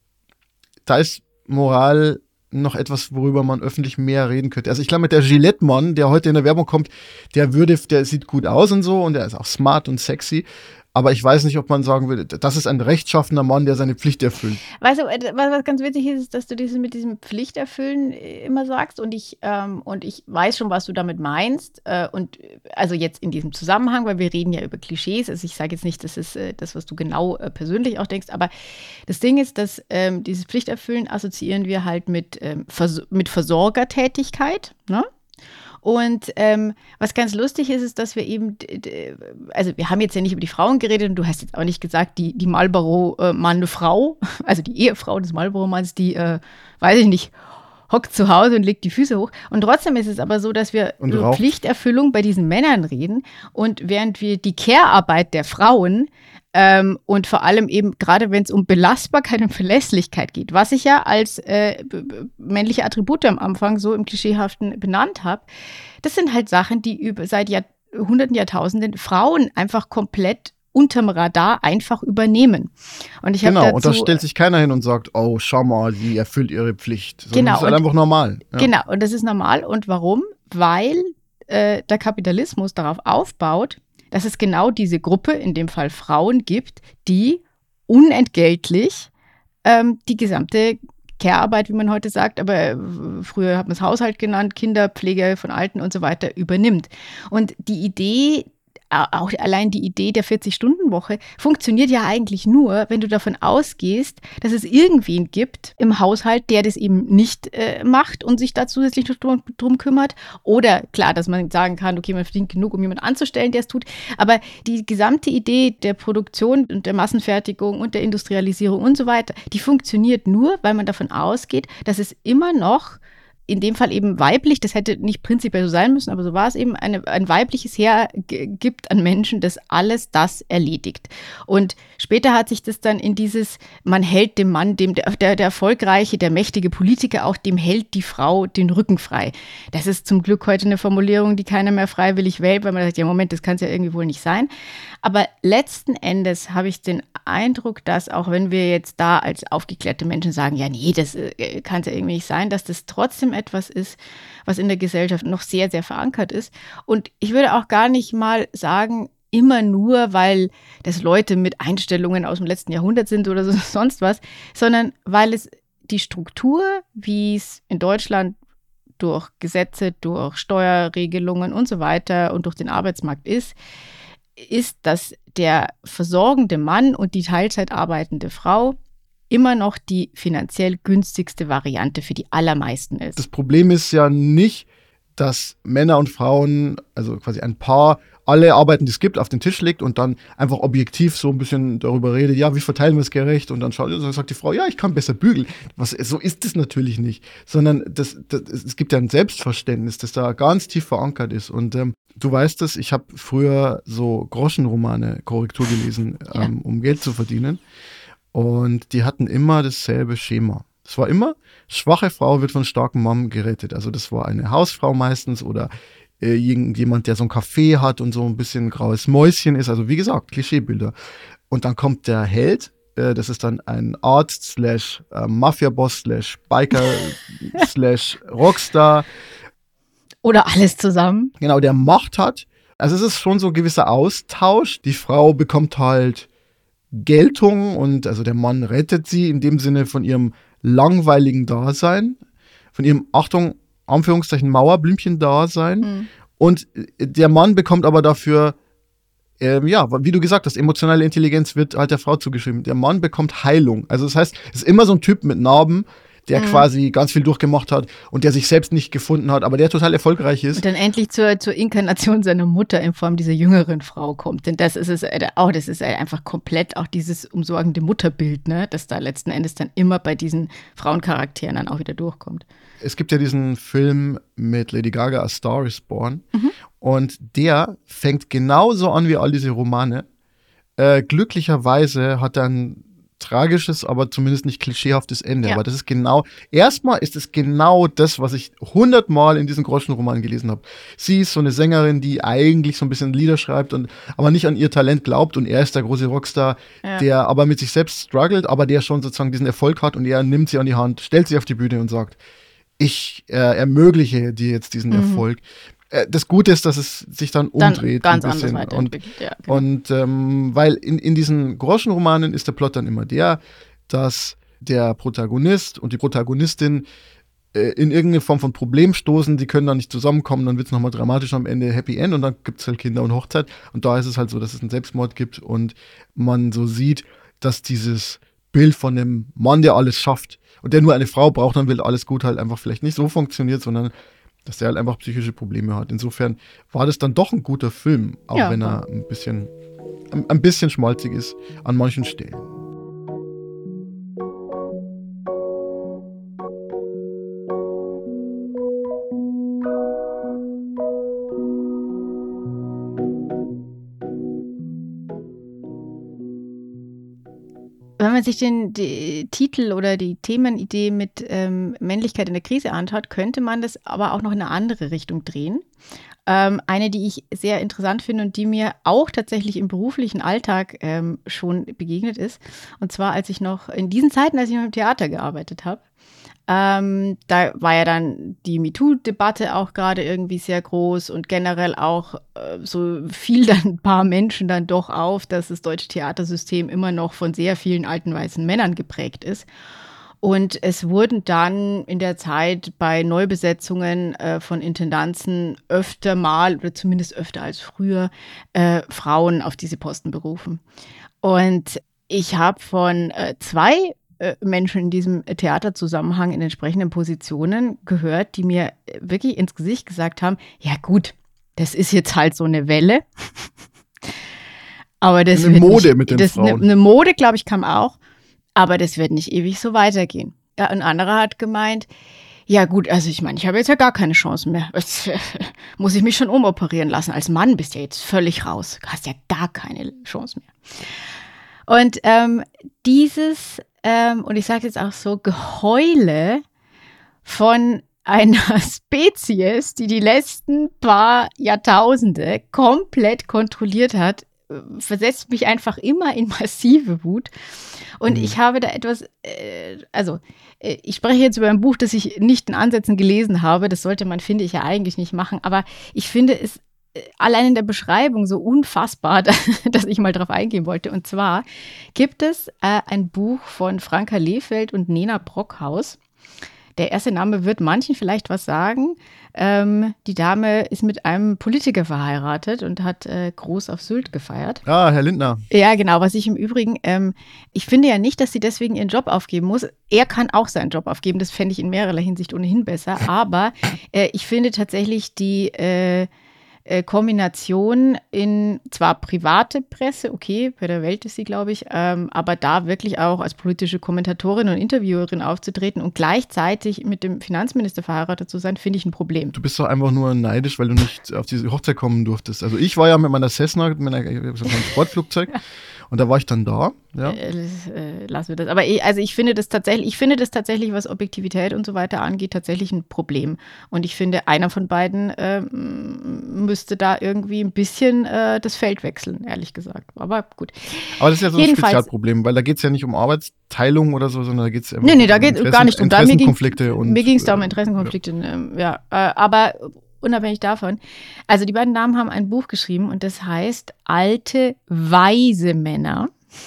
Speaker 2: da ist Moral noch etwas, worüber man öffentlich mehr reden könnte. Also ich glaube, mit der Gillette-Mann, der heute in der Werbung kommt, der würde, der sieht gut aus und so und der ist auch smart und sexy. Aber ich weiß nicht, ob man sagen würde, das ist ein rechtschaffener Mann, der seine Pflicht erfüllt.
Speaker 1: Weißt du, äh, was, was ganz witzig ist, ist, dass du dieses mit diesem Pflichterfüllen äh, immer sagst und ich, ähm, und ich weiß schon, was du damit meinst. Äh, und äh, also jetzt in diesem Zusammenhang, weil wir reden ja über Klischees. Also ich sage jetzt nicht, das ist äh, das, was du genau äh, persönlich auch denkst, aber das Ding ist, dass ähm, dieses Pflichterfüllen assoziieren wir halt mit, ähm, Vers- mit Versorgertätigkeit, ne? Und ähm, was ganz lustig ist, ist, dass wir eben, d- d- also wir haben jetzt ja nicht über die Frauen geredet und du hast jetzt auch nicht gesagt, die, die Marlboro-Mann-Frau, also die Ehefrau des Marlboro-Manns, die, äh, weiß ich nicht, hockt zu Hause und legt die Füße hoch. Und trotzdem ist es aber so, dass wir
Speaker 2: Und
Speaker 1: über
Speaker 2: raucht.
Speaker 1: Pflichterfüllung bei diesen Männern reden und während wir die Care-Arbeit der Frauen ähm, und vor allem eben, gerade wenn es um Belastbarkeit und Verlässlichkeit geht, was ich ja als äh, b- b- männliche Attribute am Anfang so im Klischeehaften benannt habe, das sind halt Sachen, die über, seit Jahrhunderten, Jahrtausenden Frauen einfach komplett unterm Radar einfach übernehmen. Und ich habe
Speaker 2: Genau,
Speaker 1: dazu,
Speaker 2: und da stellt sich keiner hin und sagt, oh, schau mal, sie erfüllt ihre Pflicht. Sondern
Speaker 1: Genau,
Speaker 2: das ist halt
Speaker 1: und-
Speaker 2: einfach normal. Ja.
Speaker 1: Genau, und das ist normal. Und warum? Weil äh, der Kapitalismus darauf aufbaut, dass es genau diese Gruppe, in dem Fall Frauen, gibt, die unentgeltlich ähm, die gesamte Care-Arbeit, wie man heute sagt, aber äh, früher hat man es Haushalt genannt, Kinderpflege von Alten und so weiter, übernimmt. Und die Idee, äh, auch allein die Idee der vierzig-Stunden-Woche funktioniert ja eigentlich nur, wenn du davon ausgehst, dass es irgendwen gibt im Haushalt, der das eben nicht äh, macht und sich da zusätzlich noch drum, drum kümmert. Oder klar, dass man sagen kann, okay, man verdient genug, um jemanden anzustellen, der es tut. Aber die gesamte Idee der Produktion und der Massenfertigung und der Industrialisierung und so weiter, die funktioniert nur, weil man davon ausgeht, dass es immer noch in dem Fall eben weiblich, das hätte nicht prinzipiell so sein müssen, aber so war es eben, eine, ein weibliches Heer g- gibt an Menschen, das alles das erledigt. Und später hat sich das dann in dieses, man hält dem Mann, dem der, der, der erfolgreiche, der mächtige Politiker auch, dem hält die Frau den Rücken frei. Das ist zum Glück heute eine Formulierung, die keiner mehr freiwillig wählt, weil man sagt, ja Moment, das kann es ja irgendwie wohl nicht sein. Aber letzten Endes habe ich den Eindruck, dass auch wenn wir jetzt da als aufgeklärte Menschen sagen, ja nee, das äh, kann es ja irgendwie nicht sein, dass das trotzdem etwas ist, was in der Gesellschaft noch sehr, sehr verankert ist. Und ich würde auch gar nicht mal sagen, immer nur, weil das Leute mit Einstellungen aus dem letzten Jahrhundert sind oder so, sonst was, sondern weil es die Struktur, wie es in Deutschland durch Gesetze, durch Steuerregelungen und so weiter und durch den Arbeitsmarkt ist, ist, dass der versorgende Mann und die Teilzeit arbeitende Frau immer noch die finanziell günstigste Variante für die allermeisten ist.
Speaker 2: Das Problem ist ja nicht, dass Männer und Frauen, also quasi ein Paar, alle Arbeiten, die es gibt, auf den Tisch legt und dann einfach objektiv so ein bisschen darüber redet, ja, wie verteilen wir es gerecht? Und dann schaut, dann sagt die Frau, ja, ich kann besser bügeln. Was, so ist es natürlich nicht. Sondern das, das, es gibt ja ein Selbstverständnis, das da ganz tief verankert ist. Und ähm, du weißt es, ich habe früher so Groschenromane Korrektur gelesen,
Speaker 1: Ja.
Speaker 2: ähm, um Geld zu verdienen. Und die hatten immer dasselbe Schema. Es war immer, schwache Frau wird von starkem Mann gerettet. Also das war eine Hausfrau meistens oder äh, irgendjemand, der so ein Café hat und so ein bisschen graues Mäuschen ist. Also wie gesagt, Klischeebilder. Und dann kommt der Held, äh, das ist dann ein Arzt slash äh, Mafia-Boss slash Biker slash Rockstar.
Speaker 1: Oder alles zusammen.
Speaker 2: Genau, der Macht hat. Also es ist schon so ein gewisser Austausch. Die Frau bekommt halt Geltung und also der Mann rettet sie in dem Sinne von ihrem langweiligen Dasein, von ihrem, Achtung, Anführungszeichen Mauerblümchen-Dasein. Mhm. Und der Mann bekommt aber dafür, ähm, ja, wie du gesagt hast, emotionale Intelligenz wird halt der Frau zugeschrieben. Der Mann bekommt Heilung. Also das heißt, es ist immer so ein Typ mit Narben, der mhm. quasi ganz viel durchgemacht hat und der sich selbst nicht gefunden hat, aber der total erfolgreich ist.
Speaker 1: Und dann endlich zur, zur Inkarnation seiner Mutter in Form dieser jüngeren Frau kommt. Denn das ist es auch, das ist einfach komplett auch dieses umsorgende Mutterbild, ne, das da letzten Endes dann immer bei diesen Frauencharakteren dann auch wieder durchkommt.
Speaker 2: Es gibt ja diesen Film mit Lady Gaga, A Star is Born. Mhm. Und der fängt genauso an wie all diese Romane. Äh, glücklicherweise hat er ein tragisches, aber zumindest nicht klischeehaftes Ende. Ja. Aber das ist genau, erstmal ist es genau das, was ich hundertmal in diesen Groschenromanen gelesen habe. Sie ist so eine Sängerin, die eigentlich so ein bisschen Lieder schreibt, und aber nicht an ihr Talent glaubt, und er ist der große Rockstar, ja. der aber mit sich selbst struggelt, aber der schon sozusagen diesen Erfolg hat, und er nimmt sie an die Hand, stellt sie auf die Bühne und sagt, ich äh, ermögliche dir jetzt diesen mhm. Erfolg. Das Gute ist, dass es sich dann umdreht.
Speaker 1: Dann ganz
Speaker 2: ein bisschen.
Speaker 1: anders weiterentwickelt, ja.
Speaker 2: Genau. Und ähm, weil in, in diesen Groschenromanen ist der Plot dann immer der, dass der Protagonist und die Protagonistin äh, in irgendeine Form von Problem stoßen, die können dann nicht zusammenkommen, dann wird es nochmal dramatisch am Ende, Happy End, und dann gibt es halt Kinder und Hochzeit. Und da ist es halt so, dass es einen Selbstmord gibt und man so sieht, dass dieses Bild von einem Mann, der alles schafft und der nur eine Frau braucht, dann will alles gut, halt einfach vielleicht nicht so funktioniert, sondern dass der halt einfach psychische Probleme hat. Insofern war das dann doch ein guter Film, auch ja, wenn er ein bisschen, ein, ein bisschen schmalzig ist an manchen Stellen.
Speaker 1: Wenn man sich den die Titel oder die Themenidee mit ähm, Männlichkeit in der Krise anschaut, könnte man das aber auch noch in eine andere Richtung drehen. Ähm, eine, die ich sehr interessant finde und die mir auch tatsächlich im beruflichen Alltag ähm, schon begegnet ist. Und zwar, als ich noch in diesen Zeiten, als ich noch im Theater gearbeitet habe. Ähm, da war ja dann die MeToo-Debatte auch gerade irgendwie sehr groß, und generell auch äh, so fiel dann ein paar Menschen dann doch auf, dass das deutsche Theatersystem immer noch von sehr vielen alten weißen Männern geprägt ist. Und es wurden dann in der Zeit bei Neubesetzungen äh, von Intendanzen öfter mal, oder zumindest öfter als früher, äh, Frauen auf diese Posten berufen. Und ich habe von äh, zwei Menschen in diesem Theaterzusammenhang in entsprechenden Positionen gehört, die mir wirklich ins Gesicht gesagt haben, ja gut, das ist jetzt halt so eine Welle. Aber das
Speaker 2: eine
Speaker 1: wird
Speaker 2: Mode
Speaker 1: nicht,
Speaker 2: mit den
Speaker 1: das,
Speaker 2: Frauen.
Speaker 1: Eine, eine Mode, glaube ich, kam auch. Aber das wird nicht ewig so weitergehen. Ja, ein anderer hat gemeint, Ja gut, also ich meine, ich habe jetzt ja gar keine Chance mehr. Jetzt äh, muss ich mich schon umoperieren lassen. Als Mann bist du ja jetzt völlig raus. Du hast ja gar keine Chance mehr. Und ähm, dieses, ähm, und ich sage jetzt auch so, Geheule von einer Spezies, die die letzten paar Jahrtausende komplett kontrolliert hat, versetzt mich einfach immer in massive Wut. Und mhm. ich habe da etwas, äh, also äh, ich spreche jetzt über ein Buch, das ich nicht in Ansätzen gelesen habe. Das sollte man, finde ich, ja eigentlich nicht machen. Aber ich finde es äh, allein in der Beschreibung so unfassbar, dass, dass ich mal drauf eingehen wollte. Und zwar gibt es äh, ein Buch von Franka Lehfeldt und Nena Brockhaus. Der erste Name wird manchen vielleicht was sagen. Ähm, die Dame ist mit einem Politiker verheiratet und hat äh, groß auf Sylt gefeiert.
Speaker 2: Ah, Herr Lindner.
Speaker 1: Ja, genau. Was ich im Übrigen, ähm, ich finde ja nicht, dass sie deswegen ihren Job aufgeben muss. Er kann auch seinen Job aufgeben. Das fände ich in mehrerlei Hinsicht ohnehin besser. Aber äh, ich finde tatsächlich die äh, äh, Kombination in zwar private Presse, okay, bei der Welt ist sie, glaube ich, ähm, aber da wirklich auch als politische Kommentatorin und Interviewerin aufzutreten und gleichzeitig mit dem Finanzminister verheiratet zu sein, finde ich ein Problem.
Speaker 2: Du bist doch einfach nur neidisch, weil du nicht auf diese Hochzeit kommen durftest. Also ich war ja mit meiner Cessna, mit meiner, so einem Sportflugzeug. Und da war ich dann da. Ja.
Speaker 1: Äh, äh, lassen wir das. Aber ich, also ich finde das tatsächlich, ich finde das tatsächlich, was Objektivität und so weiter angeht, tatsächlich ein Problem. Und ich finde, einer von beiden äh, müsste da irgendwie ein bisschen äh, das Feld wechseln, ehrlich gesagt. Aber gut.
Speaker 2: Aber das ist ja so ein Jedenfalls, Spezialproblem, weil da geht es ja nicht um Arbeitsteilung oder so, sondern da geht es
Speaker 1: nee, nee, da geht es gar nicht um
Speaker 2: Interessenkonflikte.
Speaker 1: Mir ging es da um Interessenkonflikte. Ja, ja äh, aber unabhängig davon. Also die beiden Damen haben ein Buch geschrieben und das heißt Alte, weise Männer.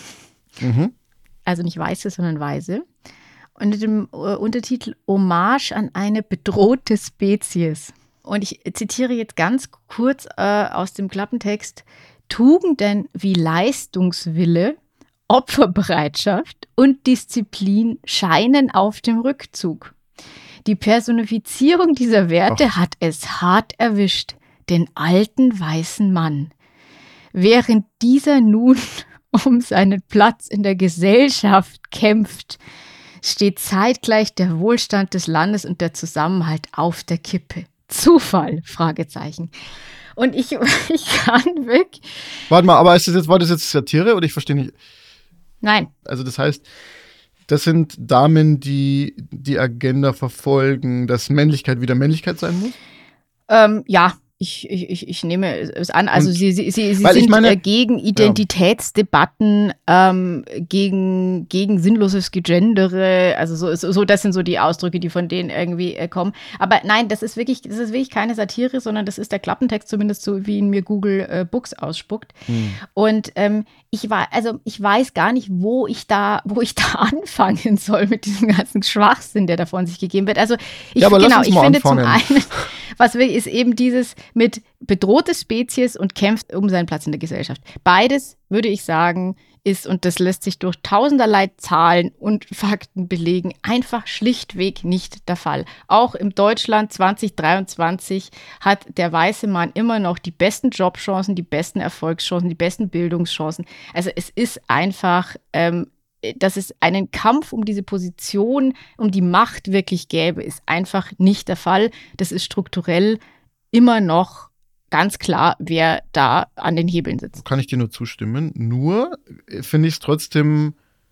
Speaker 2: Mhm.
Speaker 1: Also nicht weiße, sondern weise. Und mit dem äh, Untertitel Hommage an eine bedrohte Spezies. Und ich zitiere jetzt ganz kurz äh, aus dem Klappentext. Tugenden wie Leistungswille, Opferbereitschaft und Disziplin scheinen auf dem Rückzug. Die Personifizierung dieser Werte Ach. hat es hart erwischt, den alten weißen Mann. Während dieser nun um seinen Platz in der Gesellschaft kämpft, steht zeitgleich der Wohlstand des Landes und der Zusammenhalt auf der Kippe. Zufall? Fragezeichen. Und ich, ich kann wirklich...
Speaker 2: Warte mal, aber ist das jetzt, war das jetzt Satire oder ich verstehe nicht?
Speaker 1: Nein.
Speaker 2: Also das heißt... Das sind Damen, die die Agenda verfolgen, dass Männlichkeit wieder Männlichkeit sein muss?
Speaker 1: Ähm, ja, ich, ich, ich nehme es an. Also sie, sie, sie, sie
Speaker 2: Weil ich
Speaker 1: sind
Speaker 2: meine,
Speaker 1: gegen Identitätsdebatten, ja. ähm, gegen, gegen sinnloses Gegendere. Also so, so, das sind so die Ausdrücke, die von denen irgendwie äh, kommen. Aber nein, das ist wirklich, das ist wirklich keine Satire, sondern das ist der Klappentext, zumindest so, wie ihn mir Google äh, Books ausspuckt. Hm. Und ähm, ich war, also ich weiß gar nicht, wo ich da, wo ich da anfangen soll mit diesem ganzen Schwachsinn, der da von sich gegeben wird. Also ich,
Speaker 2: ja, aber
Speaker 1: genau,
Speaker 2: lass uns
Speaker 1: ich
Speaker 2: mal
Speaker 1: finde
Speaker 2: anfangen.
Speaker 1: zum einen, was will, ist eben dieses mit bedrohte Spezies und kämpft um seinen Platz in der Gesellschaft. Beides, würde ich sagen, ist, und das lässt sich durch tausenderlei Zahlen und Fakten belegen, einfach schlichtweg nicht der Fall. Auch im Deutschland zwanzig dreiundzwanzig hat der weiße Mann immer noch die besten Jobchancen, die besten Erfolgschancen, die besten Bildungschancen. Also es ist einfach, ähm, dass es einen Kampf um diese Position, um die Macht wirklich gäbe, ist einfach nicht der Fall. Das ist strukturell immer noch ganz klar, wer da an den Hebeln sitzt.
Speaker 2: Kann ich dir nur zustimmen. Nur finde ich es trotzdem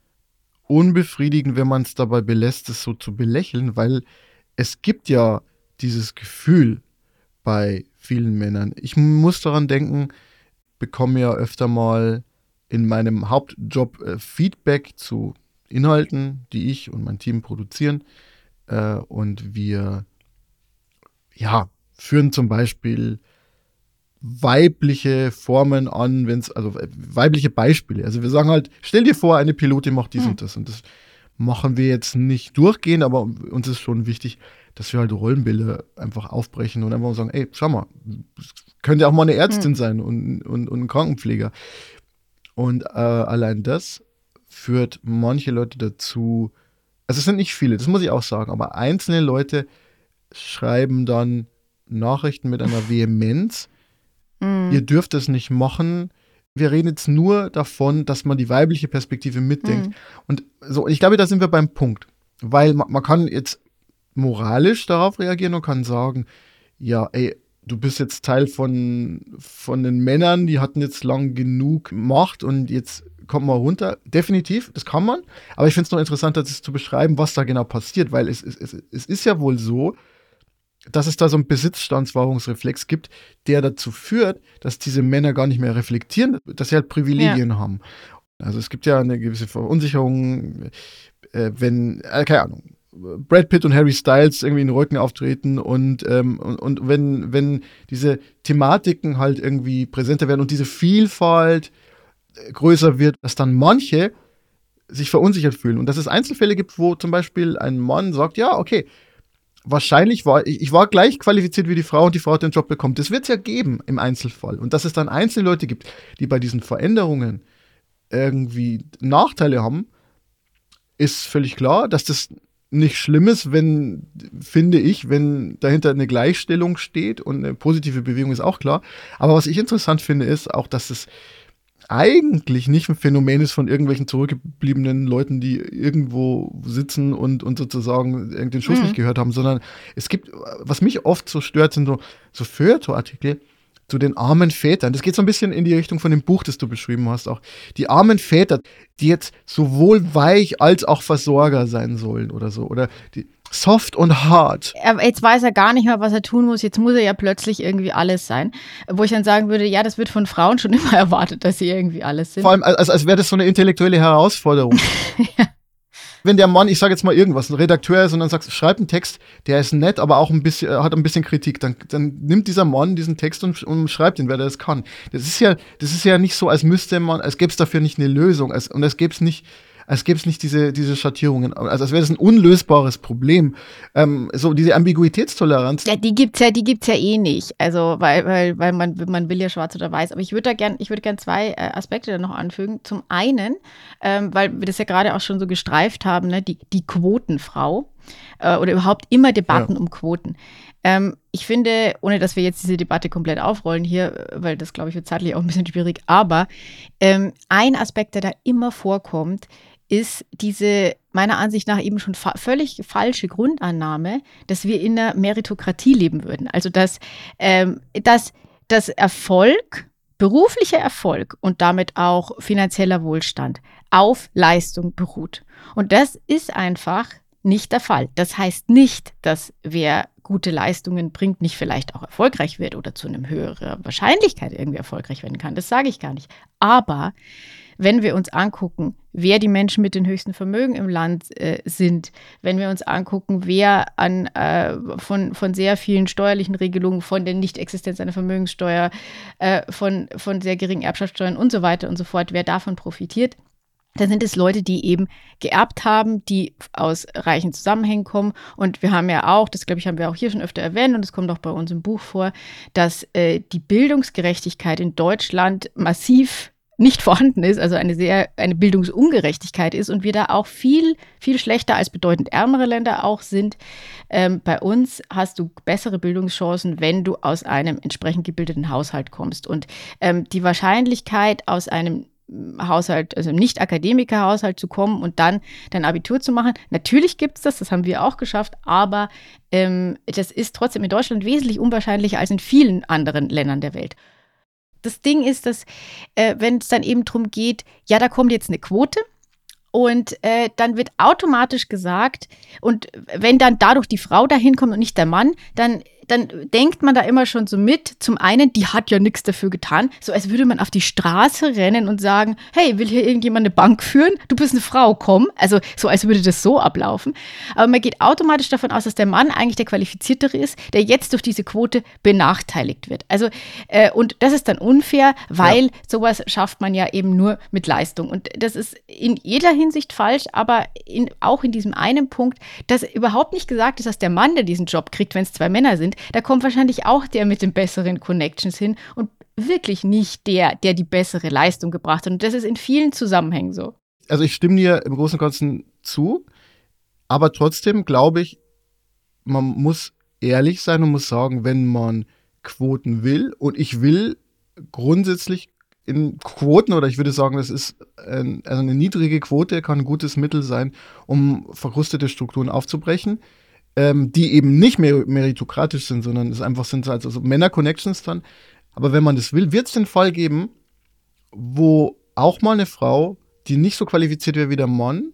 Speaker 2: unbefriedigend, wenn man es dabei belässt, es so zu belächeln, weil es gibt ja dieses Gefühl bei vielen Männern. Ich muss daran denken, bekomme ja öfter mal in meinem Hauptjob äh, Feedback zu Inhalten, die ich und mein Team produzieren. Äh, und wir ja, führen zum Beispiel weibliche Formen an, wenn es, also weibliche Beispiele. Also wir sagen halt, stell dir vor, eine Pilotin macht dies hm. und das. Und das machen wir jetzt nicht durchgehend, aber uns ist schon wichtig, dass wir halt Rollenbilder einfach aufbrechen und einfach sagen, ey, schau mal, könnte auch mal eine Ärztin hm. sein und, und, und ein Krankenpfleger. Und äh, allein das führt manche Leute dazu, also es sind nicht viele, das muss ich auch sagen, aber einzelne Leute schreiben dann Nachrichten mit einer Vehemenz, mm. ihr dürft es nicht machen. Wir reden jetzt nur davon, dass man die weibliche Perspektive mitdenkt. Mm. Und so, ich glaube, da sind wir beim Punkt. Weil man, man kann jetzt moralisch darauf reagieren und kann sagen, ja, ey, du bist jetzt Teil von, von den Männern, die hatten jetzt lang genug Macht und jetzt kommt mal runter. Definitiv, das kann man. Aber ich finde es noch interessanter, das zu beschreiben, was da genau passiert, weil es, es, es, es ist ja wohl so, dass es da so einen Besitzstandswahrungsreflex gibt, der dazu führt, dass diese Männer gar nicht mehr reflektieren, dass sie halt Privilegien ja. haben. Also es gibt ja eine gewisse Verunsicherung, äh, wenn, äh, keine Ahnung, Brad Pitt und Harry Styles irgendwie in den Rücken auftreten und, ähm, und, und wenn, wenn diese Thematiken halt irgendwie präsenter werden und diese Vielfalt größer wird, dass dann manche sich verunsichert fühlen. Und dass es Einzelfälle gibt, wo zum Beispiel ein Mann sagt, ja, okay, wahrscheinlich war ich, ich war gleich qualifiziert wie die Frau und die Frau hat den Job bekommen. Das wird es ja geben im Einzelfall. Und dass es dann einzelne Leute gibt, die bei diesen Veränderungen irgendwie Nachteile haben, ist völlig klar, dass das nicht schlimm ist, wenn, finde ich, wenn dahinter eine Gleichstellung steht und eine positive Bewegung ist auch klar. Aber was ich interessant finde, ist auch, dass es eigentlich nicht ein Phänomen ist von irgendwelchen zurückgebliebenen Leuten, die irgendwo sitzen und, und sozusagen den Schuss mhm. nicht gehört haben, sondern es gibt, was mich oft so stört, sind so, so Feuilleton-Artikel zu den armen Vätern. Das geht so ein bisschen in die Richtung von dem Buch, das du beschrieben hast auch. Die armen Väter, die jetzt sowohl weich als auch Versorger sein sollen oder so. Oder die soft und hard.
Speaker 1: Aber jetzt weiß er gar nicht mehr, was er tun muss. Jetzt muss er ja plötzlich irgendwie alles sein. Wo ich dann sagen würde, ja, das wird von Frauen schon immer erwartet, dass sie irgendwie alles sind.
Speaker 2: Vor allem, als, als wäre das so eine intellektuelle Herausforderung. ja. Wenn der Mann, ich sage jetzt mal irgendwas, ein Redakteur ist und dann sagst, schreib einen Text, der ist nett, aber auch ein bisschen, hat ein bisschen Kritik, dann, dann nimmt dieser Mann diesen Text und, und schreibt ihn, wer das kann. Das ist ja, das ist ja nicht so, als müsste man, als gäbe es dafür nicht eine Lösung, als, und als gäbe es nicht, als gäbe es nicht diese, diese Schattierungen, also als wäre das ein unlösbares Problem. Ähm, so diese Ambiguitätstoleranz.
Speaker 1: Ja, die gibt's ja, die gibt's ja eh nicht. Also, weil, weil, weil man, man will ja schwarz oder weiß. Aber ich würde da gern, ich würde gern zwei äh, Aspekte da noch anfügen. Zum einen, ähm, weil wir das ja gerade auch schon so gestreift haben, ne, die, die Quotenfrau äh, oder überhaupt immer Debatten ja. um Quoten. Ähm, ich finde, ohne dass wir jetzt diese Debatte komplett aufrollen hier, weil das, glaube ich, wird zeitlich auch ein bisschen schwierig, aber ähm, ein Aspekt, der da immer vorkommt, ist diese meiner Ansicht nach eben schon fa- völlig falsche Grundannahme, dass wir in einer Meritokratie leben würden. Also dass, ähm, dass, dass Erfolg, beruflicher Erfolg und damit auch finanzieller Wohlstand auf Leistung beruht. Und das ist einfach nicht der Fall. Das heißt nicht, dass wer gute Leistungen bringt, nicht vielleicht auch erfolgreich wird oder zu einer höheren Wahrscheinlichkeit irgendwie erfolgreich werden kann. Das sage ich gar nicht. Aber wenn wir uns angucken, wer die Menschen mit den höchsten Vermögen im Land äh, sind, wenn wir uns angucken, wer an, äh, von, von sehr vielen steuerlichen Regelungen, von der Nichtexistenz einer Vermögenssteuer, äh, von, von sehr geringen Erbschaftssteuern und so weiter und so fort, wer davon profitiert, dann sind es Leute, die eben geerbt haben, die aus reichen Zusammenhängen kommen. Und wir haben ja auch, das glaube ich, haben wir auch hier schon öfter erwähnt und das kommt auch bei uns im Buch vor, dass äh, die Bildungsgerechtigkeit in Deutschland massiv nicht vorhanden ist, also eine sehr, eine Bildungsungerechtigkeit ist und wir da auch viel, viel schlechter als bedeutend ärmere Länder auch sind. Ähm, bei uns hast du bessere Bildungschancen, wenn du aus einem entsprechend gebildeten Haushalt kommst. Und ähm, die Wahrscheinlichkeit, aus einem Haushalt, also nicht Akademikerhaushalt zu kommen und dann dein Abitur zu machen. Natürlich gibt es das, das haben wir auch geschafft, aber ähm, das ist trotzdem in Deutschland wesentlich unwahrscheinlicher als in vielen anderen Ländern der Welt. Das Ding ist, dass äh, wenn es dann eben darum geht, ja, da kommt jetzt eine Quote und äh, dann wird automatisch gesagt, und wenn dann dadurch die Frau dahin kommt und nicht der Mann, dann dann denkt man da immer schon so mit, zum einen, die hat ja nichts dafür getan, so als würde man auf die Straße rennen und sagen, hey, will hier irgendjemand eine Bank führen? Du bist eine Frau, komm. Also so, als würde das so ablaufen. Aber man geht automatisch davon aus, dass der Mann eigentlich der Qualifiziertere ist, der jetzt durch diese Quote benachteiligt wird. Also, äh, und das ist dann unfair, weil ja. sowas schafft man ja eben nur mit Leistung. Und das ist in jeder Hinsicht falsch, aber in, auch in diesem einen Punkt, dass überhaupt nicht gesagt ist, dass der Mann, der diesen Job kriegt, wenn es zwei Männer sind, da kommt wahrscheinlich auch der mit den besseren Connections hin und wirklich nicht der, der die bessere Leistung gebracht hat. Und das ist in vielen Zusammenhängen so.
Speaker 2: Also ich stimme dir im Großen und Ganzen zu, aber trotzdem glaube ich, man muss ehrlich sein und muss sagen, wenn man Quoten will, und ich will grundsätzlich in Quoten, oder ich würde sagen, das ist ein, also eine niedrige Quote kann ein gutes Mittel sein, um verkrustete Strukturen aufzubrechen. ähm, die eben nicht mehr meritokratisch sind, sondern es einfach sind also so Männer-Connections dann. Aber wenn man das will, wird es den Fall geben, wo auch mal eine Frau, die nicht so qualifiziert wäre wie der Mann,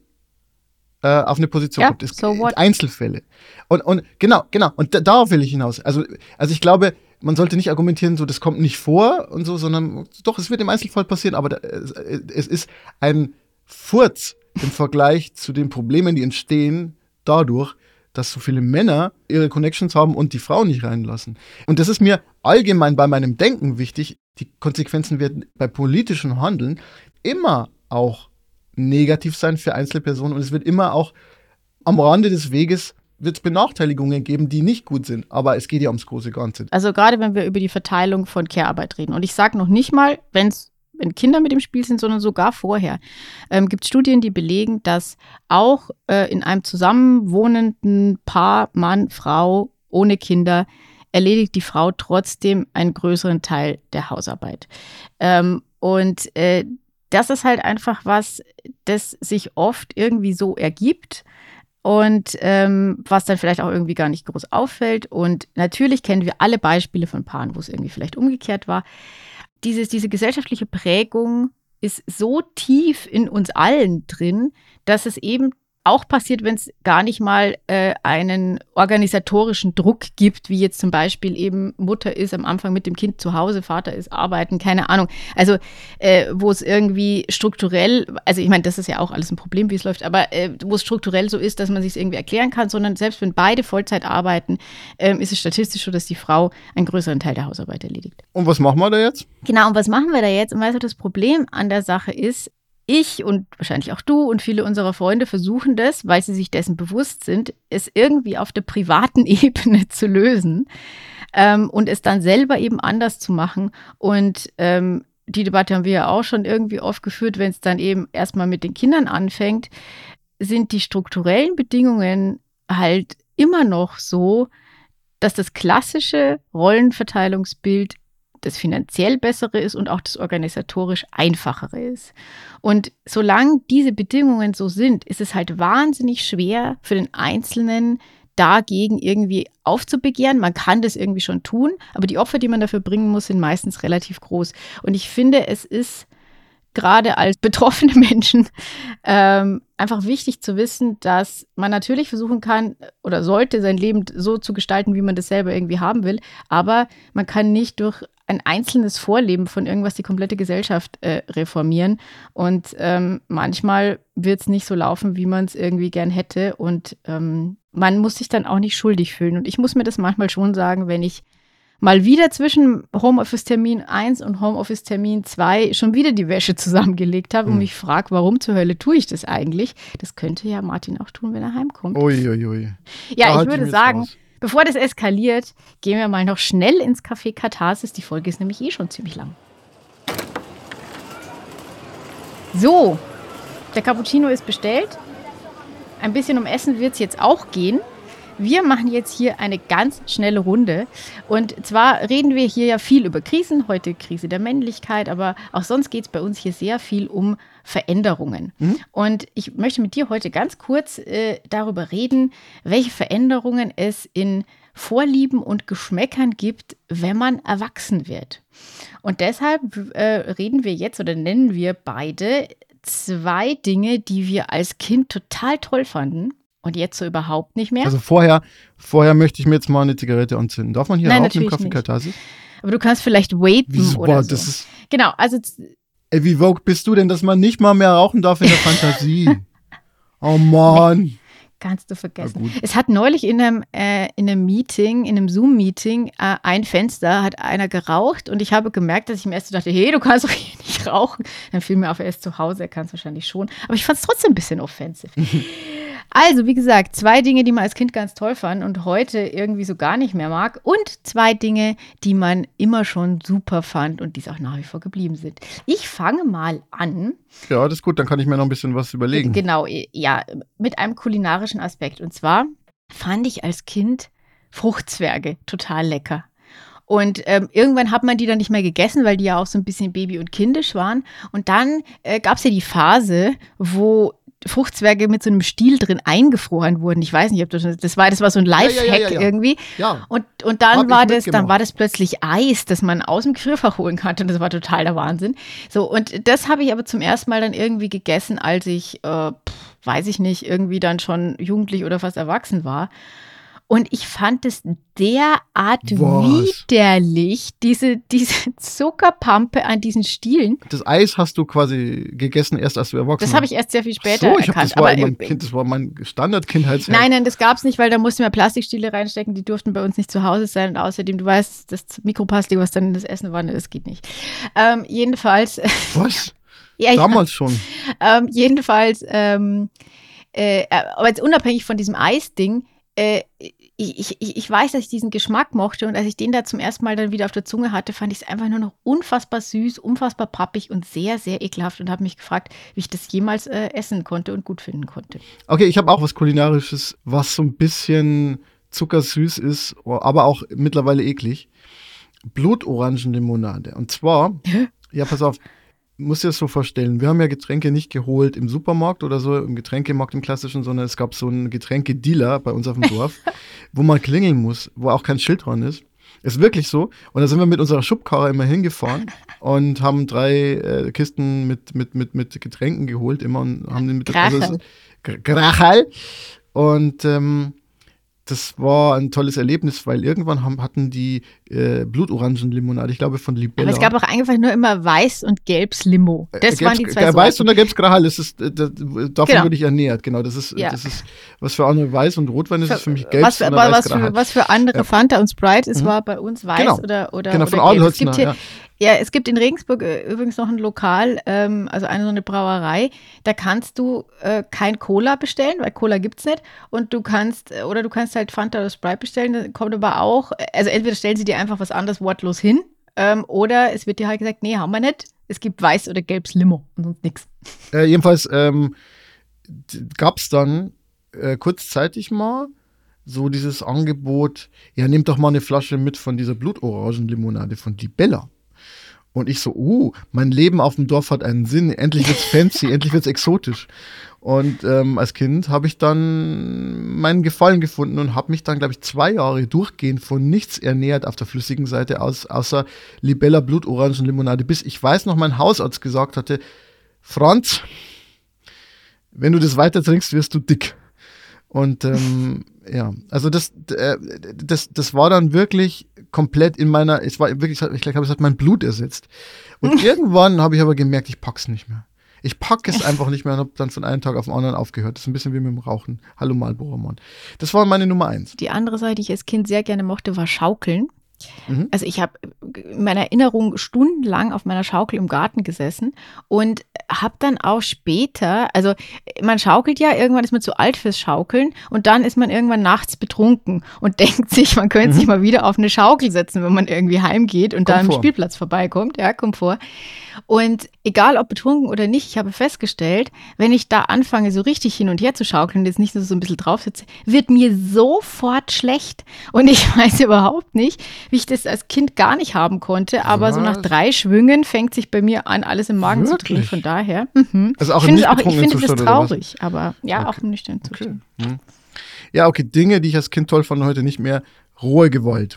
Speaker 2: äh, auf eine Position
Speaker 1: Ja,
Speaker 2: kommt. Es
Speaker 1: so what?
Speaker 2: Einzelfälle. Und, und genau, genau. Und da, darauf will ich hinaus. Also, also ich glaube, man sollte nicht argumentieren, so das kommt nicht vor und so, sondern doch, es wird im Einzelfall passieren, aber da, es, es ist ein Furz im Vergleich zu den Problemen, die entstehen dadurch, dass so viele Männer ihre Connections haben und die Frauen nicht reinlassen. Und das ist mir allgemein bei meinem Denken wichtig. Die Konsequenzen werden bei politischem Handeln immer auch negativ sein für Einzelpersonen und es wird immer auch am Rande des Weges wird es Benachteiligungen geben, die nicht gut sind. Aber es geht ja ums große Ganze.
Speaker 1: Also gerade wenn wir über die Verteilung von Care-Arbeit reden. Und ich sage noch nicht mal, wenn's, wenn Kinder mit im Spiel sind, sondern sogar vorher. Ähm, gibt es Studien, die belegen, dass auch äh, in einem zusammenwohnenden Paar, Mann, Frau, ohne Kinder, erledigt die Frau trotzdem einen größeren Teil der Hausarbeit. Ähm, und äh, das ist halt einfach was, das sich oft irgendwie so ergibt. Und ähm, was dann vielleicht auch irgendwie gar nicht groß auffällt. Und natürlich kennen wir alle Beispiele von Paaren, wo es irgendwie vielleicht umgekehrt war. Dieses, diese gesellschaftliche Prägung ist so tief in uns allen drin, dass es eben auch passiert, wenn es gar nicht mal äh, einen organisatorischen Druck gibt, wie jetzt zum Beispiel eben Mutter ist am Anfang mit dem Kind zu Hause, Vater ist arbeiten, keine Ahnung. Also äh, wo es irgendwie strukturell, also ich meine, das ist ja auch alles ein Problem, wie es läuft, aber äh, wo es strukturell so ist, dass man sich es irgendwie erklären kann, sondern selbst wenn beide Vollzeit arbeiten, äh, ist es statistisch so, dass die Frau einen größeren Teil der Hausarbeit erledigt.
Speaker 2: Und was machen wir da jetzt?
Speaker 1: Genau, und was machen wir da jetzt? Und weißt du, das Problem an der Sache ist, ich und wahrscheinlich auch du und viele unserer Freunde versuchen das, weil sie sich dessen bewusst sind, es irgendwie auf der privaten Ebene zu lösen ähm, und es dann selber eben anders zu machen. Und ähm, die Debatte haben wir ja auch schon irgendwie oft geführt, wenn es dann eben erstmal mit den Kindern anfängt, sind die strukturellen Bedingungen halt immer noch so, dass das klassische Rollenverteilungsbild das finanziell bessere ist und auch das organisatorisch einfachere ist. Und solange diese Bedingungen so sind, ist es halt wahnsinnig schwer für den Einzelnen, dagegen irgendwie aufzubegehren. Man kann das irgendwie schon tun, aber die Opfer, die man dafür bringen muss, sind meistens relativ groß. Und ich finde, es ist gerade als betroffene Menschen ähm, einfach wichtig zu wissen, dass man natürlich versuchen kann oder sollte sein Leben so zu gestalten, wie man das selber irgendwie haben will, aber man kann nicht durch ein einzelnes Vorleben von irgendwas die komplette Gesellschaft äh, reformieren und ähm, manchmal wird es nicht so laufen, wie man es irgendwie gern hätte und ähm, man muss sich dann auch nicht schuldig fühlen und ich muss mir das manchmal schon sagen, wenn ich mal wieder zwischen Homeoffice-Termin eins und Homeoffice-Termin zwei schon wieder die Wäsche zusammengelegt habe mhm. und mich frage, warum zur Hölle tue ich das eigentlich? Das könnte ja Martin auch tun, wenn er heimkommt.
Speaker 2: Uiuiui. Ui, ui.
Speaker 1: Ja, da ich würde sagen, raus. Bevor das eskaliert, gehen wir mal noch schnell ins Café Katharsis. Die Folge ist nämlich eh schon ziemlich lang. So, der Cappuccino ist bestellt. Ein bisschen um Essen wird es jetzt auch gehen. Wir machen jetzt hier eine ganz schnelle Runde. Und zwar reden wir hier ja viel über Krisen, heute Krise der Männlichkeit, aber auch sonst geht es bei uns hier sehr viel um Veränderungen. Mhm. Und ich möchte mit dir heute ganz kurz äh, darüber reden, welche Veränderungen es in Vorlieben und Geschmäckern gibt, wenn man erwachsen wird. Und deshalb äh, reden wir jetzt oder nennen wir beide zwei Dinge, die wir als Kind total toll fanden. Und jetzt so überhaupt nicht mehr?
Speaker 2: Also vorher, vorher möchte ich mir jetzt mal eine Zigarette anzünden. Darf man hier
Speaker 1: Nein,
Speaker 2: auch im Café
Speaker 1: nicht.
Speaker 2: Katharsis?
Speaker 1: Aber du kannst vielleicht vapen
Speaker 2: Wieso,
Speaker 1: oder
Speaker 2: boah,
Speaker 1: so.
Speaker 2: Das ist,
Speaker 1: genau, also...
Speaker 2: Ey, wie woke bist du denn, dass man nicht mal mehr rauchen darf in der Fantasie? Oh Mann.
Speaker 1: Nee, kannst du vergessen. Es hat neulich in einem, äh, in einem Meeting, in einem Zoom-Meeting, äh, ein Fenster hat einer geraucht und ich habe gemerkt, dass ich im ersten dachte, hey, du kannst doch hier nicht rauchen. Dann fiel mir auf, er ist zu Hause, er kann es wahrscheinlich schon. Aber ich fand es trotzdem ein bisschen offensiv. Also, wie gesagt, zwei Dinge, die man als Kind ganz toll fand und heute irgendwie so gar nicht mehr mag. Und zwei Dinge, die man immer schon super fand und die es auch nach wie vor geblieben sind. Ich fange mal an.
Speaker 2: Ja, das ist gut, dann kann ich mir noch ein bisschen was überlegen.
Speaker 1: Genau, ja, mit einem kulinarischen Aspekt. Und zwar fand ich als Kind Fruchtzwerge total lecker. Und ähm, irgendwann hat man die dann nicht mehr gegessen, weil die ja auch so ein bisschen baby- und kindisch waren. Und dann äh, gab es ja die Phase, wo Fruchtzwerge mit so einem Stiel drin eingefroren wurden. Ich weiß nicht, ob das, das war, das war so ein Lifehack
Speaker 2: ja, ja, ja, ja.
Speaker 1: irgendwie.
Speaker 2: Ja.
Speaker 1: Und, und dann
Speaker 2: Hab
Speaker 1: war
Speaker 2: ich
Speaker 1: das, dann
Speaker 2: mitgemacht.
Speaker 1: war das plötzlich Eis, das man aus dem Gefrierfach holen konnte. Und das war total der Wahnsinn. So, und das habe ich aber zum ersten Mal dann irgendwie gegessen, als ich, äh, pff, weiß ich nicht, irgendwie dann schon jugendlich oder fast erwachsen war. Und ich fand es derart
Speaker 2: Was?
Speaker 1: widerlich, diese, diese Zuckerpampe an diesen Stielen.
Speaker 2: Das Eis hast du quasi gegessen, erst als du erwachsen
Speaker 1: Das habe ich erst sehr viel später
Speaker 2: so, ich hab,
Speaker 1: erkannt.
Speaker 2: das, war
Speaker 1: aber,
Speaker 2: mein kind, das war mein Standard-Kindheitshack.
Speaker 1: Nein, nein, das gab es nicht, weil da mussten wir Plastikstiele reinstecken, die durften bei uns nicht zu Hause sein. Und außerdem, du weißt, das Mikroplastik, was dann in das Essen war, das geht nicht. Ähm, jedenfalls.
Speaker 2: Was?
Speaker 1: ja,
Speaker 2: Damals schon.
Speaker 1: Ähm, jedenfalls, ähm, äh, aber jetzt unabhängig von diesem Eisding, äh, ich, ich, ich weiß, dass ich diesen Geschmack mochte und als ich den da zum ersten Mal dann wieder auf der Zunge hatte, fand ich es einfach nur noch unfassbar süß, unfassbar pappig und sehr, sehr ekelhaft und habe mich gefragt, wie ich das jemals äh, essen konnte und gut finden konnte.
Speaker 2: Okay, ich habe auch was Kulinarisches, was so ein bisschen zuckersüß ist, aber auch mittlerweile eklig. Blutorangenlimonade. Und zwar, ja, pass auf, musst dir das so vorstellen, wir haben ja Getränke nicht geholt im Supermarkt oder so, im Getränkemarkt im klassischen, sondern es gab so einen Getränkedealer bei uns auf dem Dorf, wo man klingeln muss, wo auch kein Schild dran ist. Ist wirklich so. Und da sind wir mit unserer Schubkarre immer hingefahren und haben drei äh, Kisten mit, mit, mit, mit Getränken geholt immer und haben den mit
Speaker 1: Grachel.
Speaker 2: Also, Grachel. Und ähm, das war ein tolles Erlebnis, weil irgendwann haben, hatten die äh, Blutorangenlimonade, ich glaube von Libella.
Speaker 1: Aber es gab auch einfach nur immer Weiß und Gelbs Limo. Das
Speaker 2: Äh,
Speaker 1: waren die
Speaker 2: Gelbs-
Speaker 1: zwei
Speaker 2: äh,
Speaker 1: Sorten.
Speaker 2: Weiß und der Gelbs Grahal, das ist, äh, das, davon
Speaker 1: Genau.
Speaker 2: würde ich ernährt, genau. Das ist,
Speaker 1: Ja.
Speaker 2: das ist, was für andere Weiß und Rotwein ist, ist für mich Gelbs
Speaker 1: was, für,
Speaker 2: und der
Speaker 1: was,
Speaker 2: Weiß
Speaker 1: für, was für andere
Speaker 2: Ja.
Speaker 1: Fanta und Sprite, es
Speaker 2: Mhm.
Speaker 1: war bei uns Weiß
Speaker 2: Genau.
Speaker 1: oder, oder,
Speaker 2: Genau,
Speaker 1: oder
Speaker 2: von
Speaker 1: Gelb. Es
Speaker 2: Adelholzner,
Speaker 1: gibt hier,
Speaker 2: ja.
Speaker 1: ja, es gibt in Regensburg äh, übrigens noch ein Lokal, ähm, also eine so eine Brauerei, da kannst du äh, kein Cola bestellen, weil Cola gibt es nicht. Und du kannst, äh, oder du kannst halt Fanta oder Sprite bestellen, da kommt aber auch, also entweder stellen sie dir einfach was anderes wortlos hin, ähm, oder es wird dir halt gesagt, nee, haben wir nicht. Es gibt Weiß oder Gelbs Limo und sonst nichts.
Speaker 2: Äh, jedenfalls ähm, gab es dann äh, kurzzeitig mal so dieses Angebot, ja, nehmt doch mal eine Flasche mit von dieser Blutorangenlimonade von Libella. Und ich so, uh, mein Leben auf dem Dorf hat einen Sinn, endlich wird's fancy, endlich wird's exotisch. Und ähm, als Kind habe ich dann meinen Gefallen gefunden und habe mich dann, glaube ich, zwei Jahre durchgehend von nichts ernährt auf der flüssigen Seite, aus, außer Libella Blutorangenlimonade, bis ich weiß noch, mein Hausarzt gesagt hatte, Franz, wenn du das weiter trinkst, wirst du dick. Und ähm, ja, also das, äh, das, das war dann wirklich komplett in meiner, es war wirklich, ich glaube, es hat mein Blut ersetzt. Und irgendwann habe ich aber gemerkt, ich pack's nicht mehr. Ich pack es einfach nicht mehr und habe dann von einem Tag auf den anderen aufgehört. Das ist ein bisschen wie mit dem Rauchen. Hallo Marlboro Mann. Das war meine Nummer eins.
Speaker 1: Die andere Seite, die ich als Kind sehr gerne mochte, war Schaukeln.
Speaker 2: Mhm.
Speaker 1: Also ich habe in meiner Erinnerung stundenlang auf meiner Schaukel im Garten gesessen und habe dann auch später, also man schaukelt ja, irgendwann ist man zu alt fürs Schaukeln und dann ist man irgendwann nachts betrunken und denkt sich, man könnte
Speaker 2: Mhm.
Speaker 1: sich mal wieder auf eine Schaukel setzen, wenn man irgendwie heimgeht und
Speaker 2: Kommt
Speaker 1: da am
Speaker 2: vor.
Speaker 1: Spielplatz vorbeikommt. Ja, kommt vor. Und egal ob betrunken oder nicht, ich habe festgestellt, wenn ich da anfange, so richtig hin und her zu schaukeln und jetzt nicht nur so ein bisschen drauf sitze, wird mir sofort schlecht. Und ich weiß überhaupt nicht, wie ich das als Kind gar nicht haben konnte, aber so nach
Speaker 2: Was?
Speaker 1: drei Schwüngen fängt sich bei mir an, alles im Magen zu drehen.
Speaker 2: Wirklich?
Speaker 1: Von daher. Mhm.
Speaker 2: Also auch
Speaker 1: ich
Speaker 2: im
Speaker 1: finde, es auch, ich
Speaker 2: nicht
Speaker 1: finde das
Speaker 2: betrunkenen Zustand, oder was?
Speaker 1: traurig, aber ja,
Speaker 2: Okay.
Speaker 1: auch im nüchternen
Speaker 2: Okay.
Speaker 1: Zustand.
Speaker 2: Hm. Ja, okay, Dinge, die ich als Kind toll fand, heute nicht mehr. Rohe Gewalt.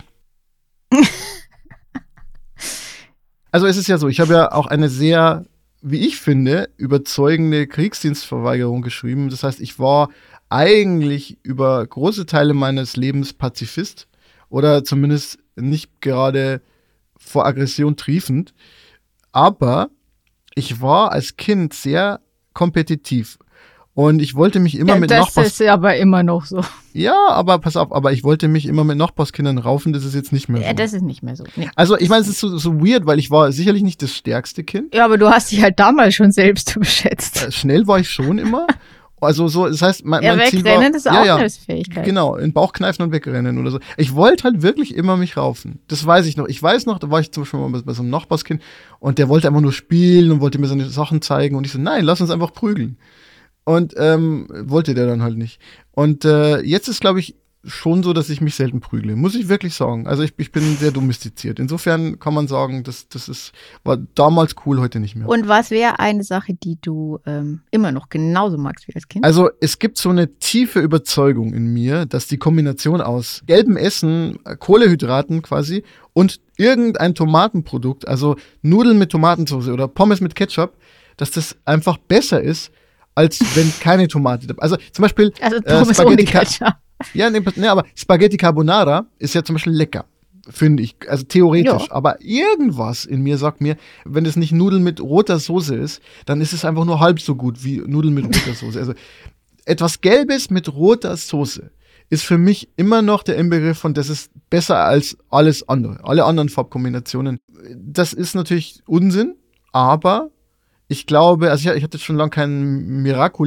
Speaker 2: Also es ist ja so, ich habe ja auch eine sehr, wie ich finde, überzeugende Kriegsdienstverweigerung geschrieben. Das heißt, ich war eigentlich über große Teile meines Lebens Pazifist oder zumindest nicht gerade vor Aggression triefend. Aber ich war als Kind sehr kompetitiv. Und ich wollte mich immer
Speaker 1: Ja,
Speaker 2: mit
Speaker 1: das
Speaker 2: Nachbars...
Speaker 1: ist aber immer noch so.
Speaker 2: Ja, aber pass auf, aber ich wollte mich immer mit Nachbarskindern raufen, das ist jetzt nicht mehr so.
Speaker 1: Ja, das ist nicht mehr so. Nee.
Speaker 2: Also ich meine, es ist so, so weird, weil ich war sicherlich nicht das stärkste Kind.
Speaker 1: Ja, aber du hast dich halt damals schon selbst überschätzt.
Speaker 2: Äh, Schnell war ich schon immer. Also so, das heißt, mein,
Speaker 1: Ja,
Speaker 2: mein Ziel
Speaker 1: wegrennen
Speaker 2: war,
Speaker 1: ist auch
Speaker 2: ja, ja,
Speaker 1: eine Fähigkeit.
Speaker 2: genau, in den Bauch kneifen und wegrennen oder so. Ich wollte halt wirklich immer mich raufen. Das weiß ich noch. Ich weiß noch, da war ich zum Beispiel mal bei, bei so einem Nachbarskind und der wollte einfach nur spielen und wollte mir seine Sachen zeigen und ich so, nein, lass uns einfach prügeln. Und ähm, wollte der dann halt nicht. Und äh, jetzt ist, glaube ich, schon so, dass ich mich selten prügle, muss ich wirklich sagen. Also ich, ich bin sehr domestiziert. Insofern kann man sagen, das, das ist, war damals cool, heute nicht mehr.
Speaker 1: Und was wäre eine Sache, die du ähm, immer noch genauso magst wie als Kind?
Speaker 2: Also es gibt so eine tiefe Überzeugung in mir, dass die Kombination aus gelbem Essen, Kohlenhydraten quasi und irgendein Tomatenprodukt, also Nudeln mit Tomatensauce oder Pommes mit Ketchup, dass das einfach besser ist, als wenn keine Tomate dabei ist. Also zum Beispiel
Speaker 1: Also Pommes
Speaker 2: äh,
Speaker 1: ohne Ketchup.
Speaker 2: Ja, nee, nee, aber Spaghetti Carbonara ist ja zum Beispiel lecker, finde ich. Also theoretisch.
Speaker 1: Ja.
Speaker 2: Aber irgendwas in mir sagt mir, wenn es nicht Nudeln mit roter Soße ist, dann ist es einfach nur halb so gut wie Nudeln mit roter Soße. Also etwas Gelbes mit roter Soße ist für mich immer noch der Inbegriff von, das ist besser als alles andere. Alle anderen Farbkombinationen. Das ist natürlich Unsinn, aber ich glaube, also ich, ich hatte schon lange keinen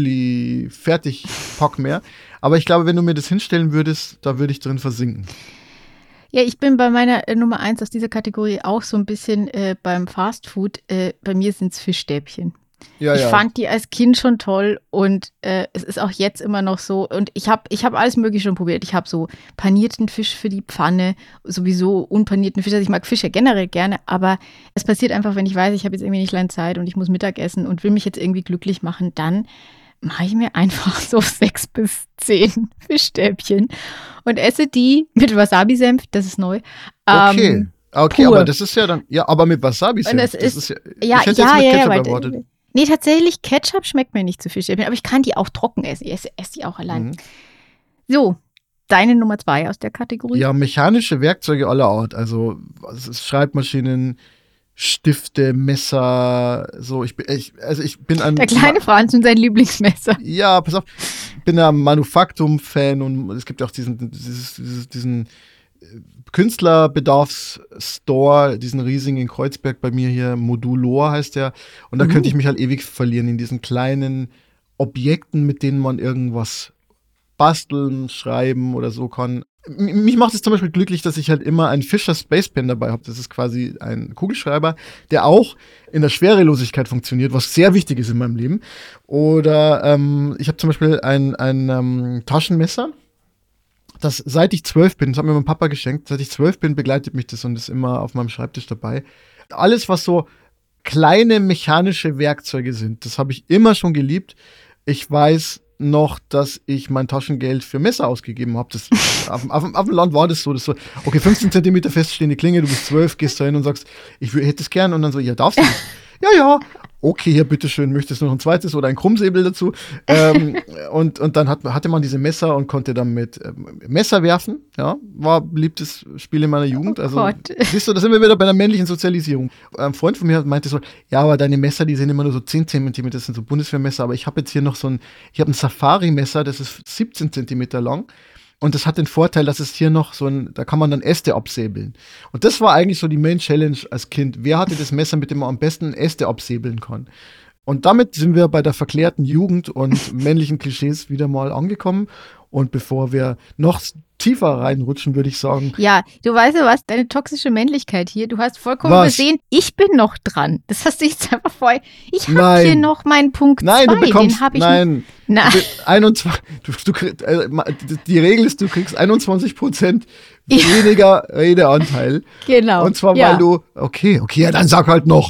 Speaker 2: Miracoli-Fertigpack mehr, aber ich glaube, wenn du mir das hinstellen würdest, da würde ich drin versinken.
Speaker 1: Ja, ich bin bei meiner äh, Nummer eins aus dieser Kategorie auch so ein bisschen äh, beim Fastfood. Äh, bei mir sind es Fischstäbchen.
Speaker 2: Ja,
Speaker 1: ich
Speaker 2: ja.
Speaker 1: fand die als Kind schon toll und äh, es ist auch jetzt immer noch so. Und ich habe ich hab alles Mögliche schon probiert. Ich habe so panierten Fisch für die Pfanne, sowieso unpanierten Fisch. Also ich mag Fisch ja generell gerne, aber es passiert einfach, wenn ich weiß, ich habe jetzt irgendwie nicht lange Zeit und ich muss Mittag essen und will mich jetzt irgendwie glücklich machen, dann mache ich mir einfach so sechs bis zehn Fischstäbchen und esse die mit Wasabi-Senf, das ist neu.
Speaker 2: Okay,
Speaker 1: Ähm,
Speaker 2: okay,
Speaker 1: pur.
Speaker 2: aber das ist ja dann, ja, aber mit Wasabi-Senf.
Speaker 1: Und es
Speaker 2: Das
Speaker 1: ist-
Speaker 2: ist ja,
Speaker 1: ja,
Speaker 2: ich hätte
Speaker 1: ja,
Speaker 2: jetzt mit
Speaker 1: ja,
Speaker 2: Ketchup
Speaker 1: ja, weil-
Speaker 2: erwartet.
Speaker 1: Nee, tatsächlich, Ketchup schmeckt mir nicht zu Fischstäbchen, aber ich kann die auch trocken essen. Ich esse, esse die auch allein.
Speaker 2: Mhm.
Speaker 1: So, deine Nummer zwei aus der Kategorie.
Speaker 2: Ja, mechanische Werkzeuge aller Art, also was ist Schreibmaschinen, Stifte, Messer, so, ich bin, ich, also ich bin ein
Speaker 1: Der kleine Franz und sein Lieblingsmesser.
Speaker 2: Ja, pass auf, ich bin ja Manufaktum-Fan und es gibt ja auch diesen, dieses, dieses, diesen äh, Künstlerbedarfsstore, diesen riesigen in Kreuzberg bei mir hier, Modulor heißt der. Und da
Speaker 1: Mhm.
Speaker 2: könnte ich mich halt ewig verlieren in diesen kleinen Objekten, mit denen man irgendwas basteln, schreiben oder so kann. M- Mich macht es zum Beispiel glücklich, dass ich halt immer einen Fischer Space Pen dabei habe. Das ist quasi ein Kugelschreiber, der auch in der Schwerelosigkeit funktioniert, was sehr wichtig ist in meinem Leben. Oder ähm, ich habe zum Beispiel ein, ein ähm, Taschenmesser, das seit ich zwölf bin, das hat mir mein Papa geschenkt, seit ich zwölf bin, begleitet mich das und ist immer auf meinem Schreibtisch dabei. Alles, was so kleine mechanische Werkzeuge sind, das habe ich immer schon geliebt. Ich weiß noch, dass ich mein Taschengeld für Messer ausgegeben habe. Das, auf, auf, auf dem Land war das so, das so, okay, fünfzehn Zentimeter feststehende Klinge, du bist zwölf, gehst da hin und sagst, ich wür- hätte es gern und dann so, ja, darfst du nicht. Ja, ja, okay, hier, bitteschön, möchtest du noch ein zweites oder ein Krummsäbel dazu? ähm, und, und dann hat, hatte man diese Messer und konnte dann mit ähm, Messer werfen, ja, war ein beliebtes Spiel in meiner Jugend.
Speaker 1: Oh
Speaker 2: Also,
Speaker 1: Gott.
Speaker 2: siehst du, da sind wir wieder bei der männlichen Sozialisierung. Ein Freund von mir meinte so, ja, aber deine Messer, die sind immer nur so zehn Zentimeter, das sind so Bundeswehrmesser, aber ich habe jetzt hier noch so ein, ich habe ein Safari-Messer, das ist siebzehn Zentimeter lang. Und das hat den Vorteil, dass es hier noch so ein, da kann man dann Äste absäbeln. Und das war eigentlich so die Main Challenge als Kind. Wer hatte das Messer, mit dem man am besten Äste absäbeln kann? Und damit sind wir bei der verklärten Jugend und männlichen Klischees wieder mal angekommen. Und bevor wir noch tiefer reinrutschen, würde ich sagen,
Speaker 1: Ja, du weißt ja was, deine toxische Männlichkeit hier, du hast vollkommen
Speaker 2: Was?
Speaker 1: übersehen, ich bin noch dran. Das hast du jetzt einfach voll. Ich habe
Speaker 2: Nein.
Speaker 1: hier noch meinen Punkt
Speaker 2: nein,
Speaker 1: zwei,
Speaker 2: du bekommst,
Speaker 1: den habe ich
Speaker 2: nein,
Speaker 1: Na,
Speaker 2: du, einundzwanzig, du, du, krieg- äh, ma- die Regel ist, du kriegst einundzwanzig Prozent
Speaker 1: Ja.
Speaker 2: weniger Redeanteil.
Speaker 1: genau.
Speaker 2: Und zwar,
Speaker 1: ja.
Speaker 2: weil du, okay, okay, ja, dann sag halt noch.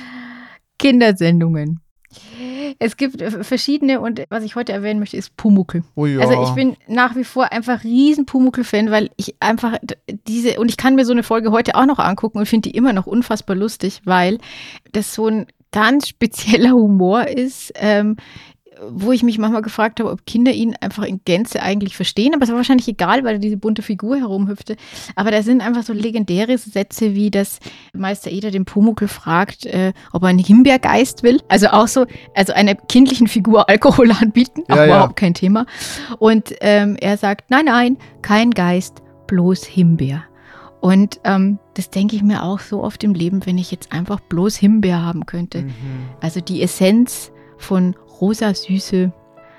Speaker 1: Kindersendungen. Es gibt äh, verschiedene und was ich heute erwähnen möchte, ist Pumuckl.
Speaker 2: Oh ja.
Speaker 1: Also ich bin nach wie vor einfach riesen Pumuckl-Fan, weil ich einfach d- diese, und ich kann mir so eine Folge heute auch noch angucken und finde die immer noch unfassbar lustig, weil das so ein ganz spezieller Humor ist, ähm, wo ich mich manchmal gefragt habe, ob Kinder ihn einfach in Gänze eigentlich verstehen. Aber es war wahrscheinlich egal, weil er diese bunte Figur herumhüpfte. Aber da sind einfach so legendäre Sätze, wie dass Meister Eder den Pumuckl fragt, äh, ob er einen Himbeergeist will. Also auch so, also einer kindlichen Figur Alkohol anbieten, auch
Speaker 2: Ja, ja.
Speaker 1: überhaupt kein Thema. Und ähm, er sagt, nein, nein, kein Geist, bloß Himbeer. Und ähm, das denke ich mir auch so oft im Leben, wenn ich jetzt einfach bloß Himbeer haben könnte.
Speaker 2: Mhm.
Speaker 1: Also die Essenz von rosa Süße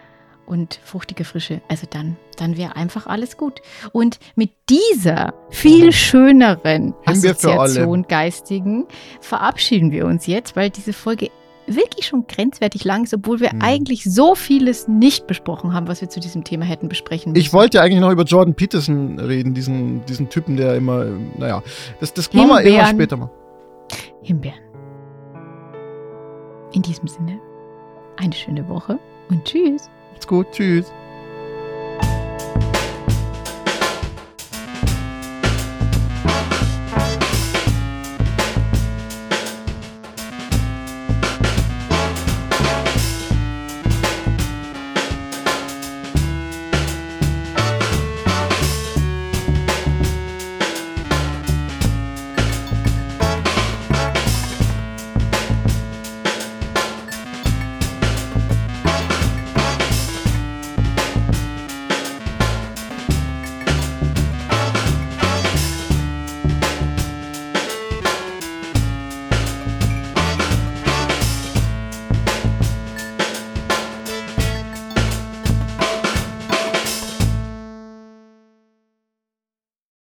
Speaker 1: und fruchtige Frische. Also dann, dann wäre einfach alles gut. Und mit dieser viel schöneren
Speaker 2: Himbeer für alle.
Speaker 1: Assoziation geistigen verabschieden wir uns jetzt, weil diese Folge wirklich schon grenzwertig lang ist, obwohl wir
Speaker 2: Hm.
Speaker 1: eigentlich so vieles nicht besprochen haben, was wir zu diesem Thema hätten besprechen müssen.
Speaker 2: Ich wollte ja eigentlich noch über Jordan Peterson reden, diesen, diesen Typen, der immer, naja, das, das machen wir immer später mal.
Speaker 1: Himbeeren. In diesem Sinne, eine schöne Woche und tschüss.
Speaker 2: Macht's gut, tschüss.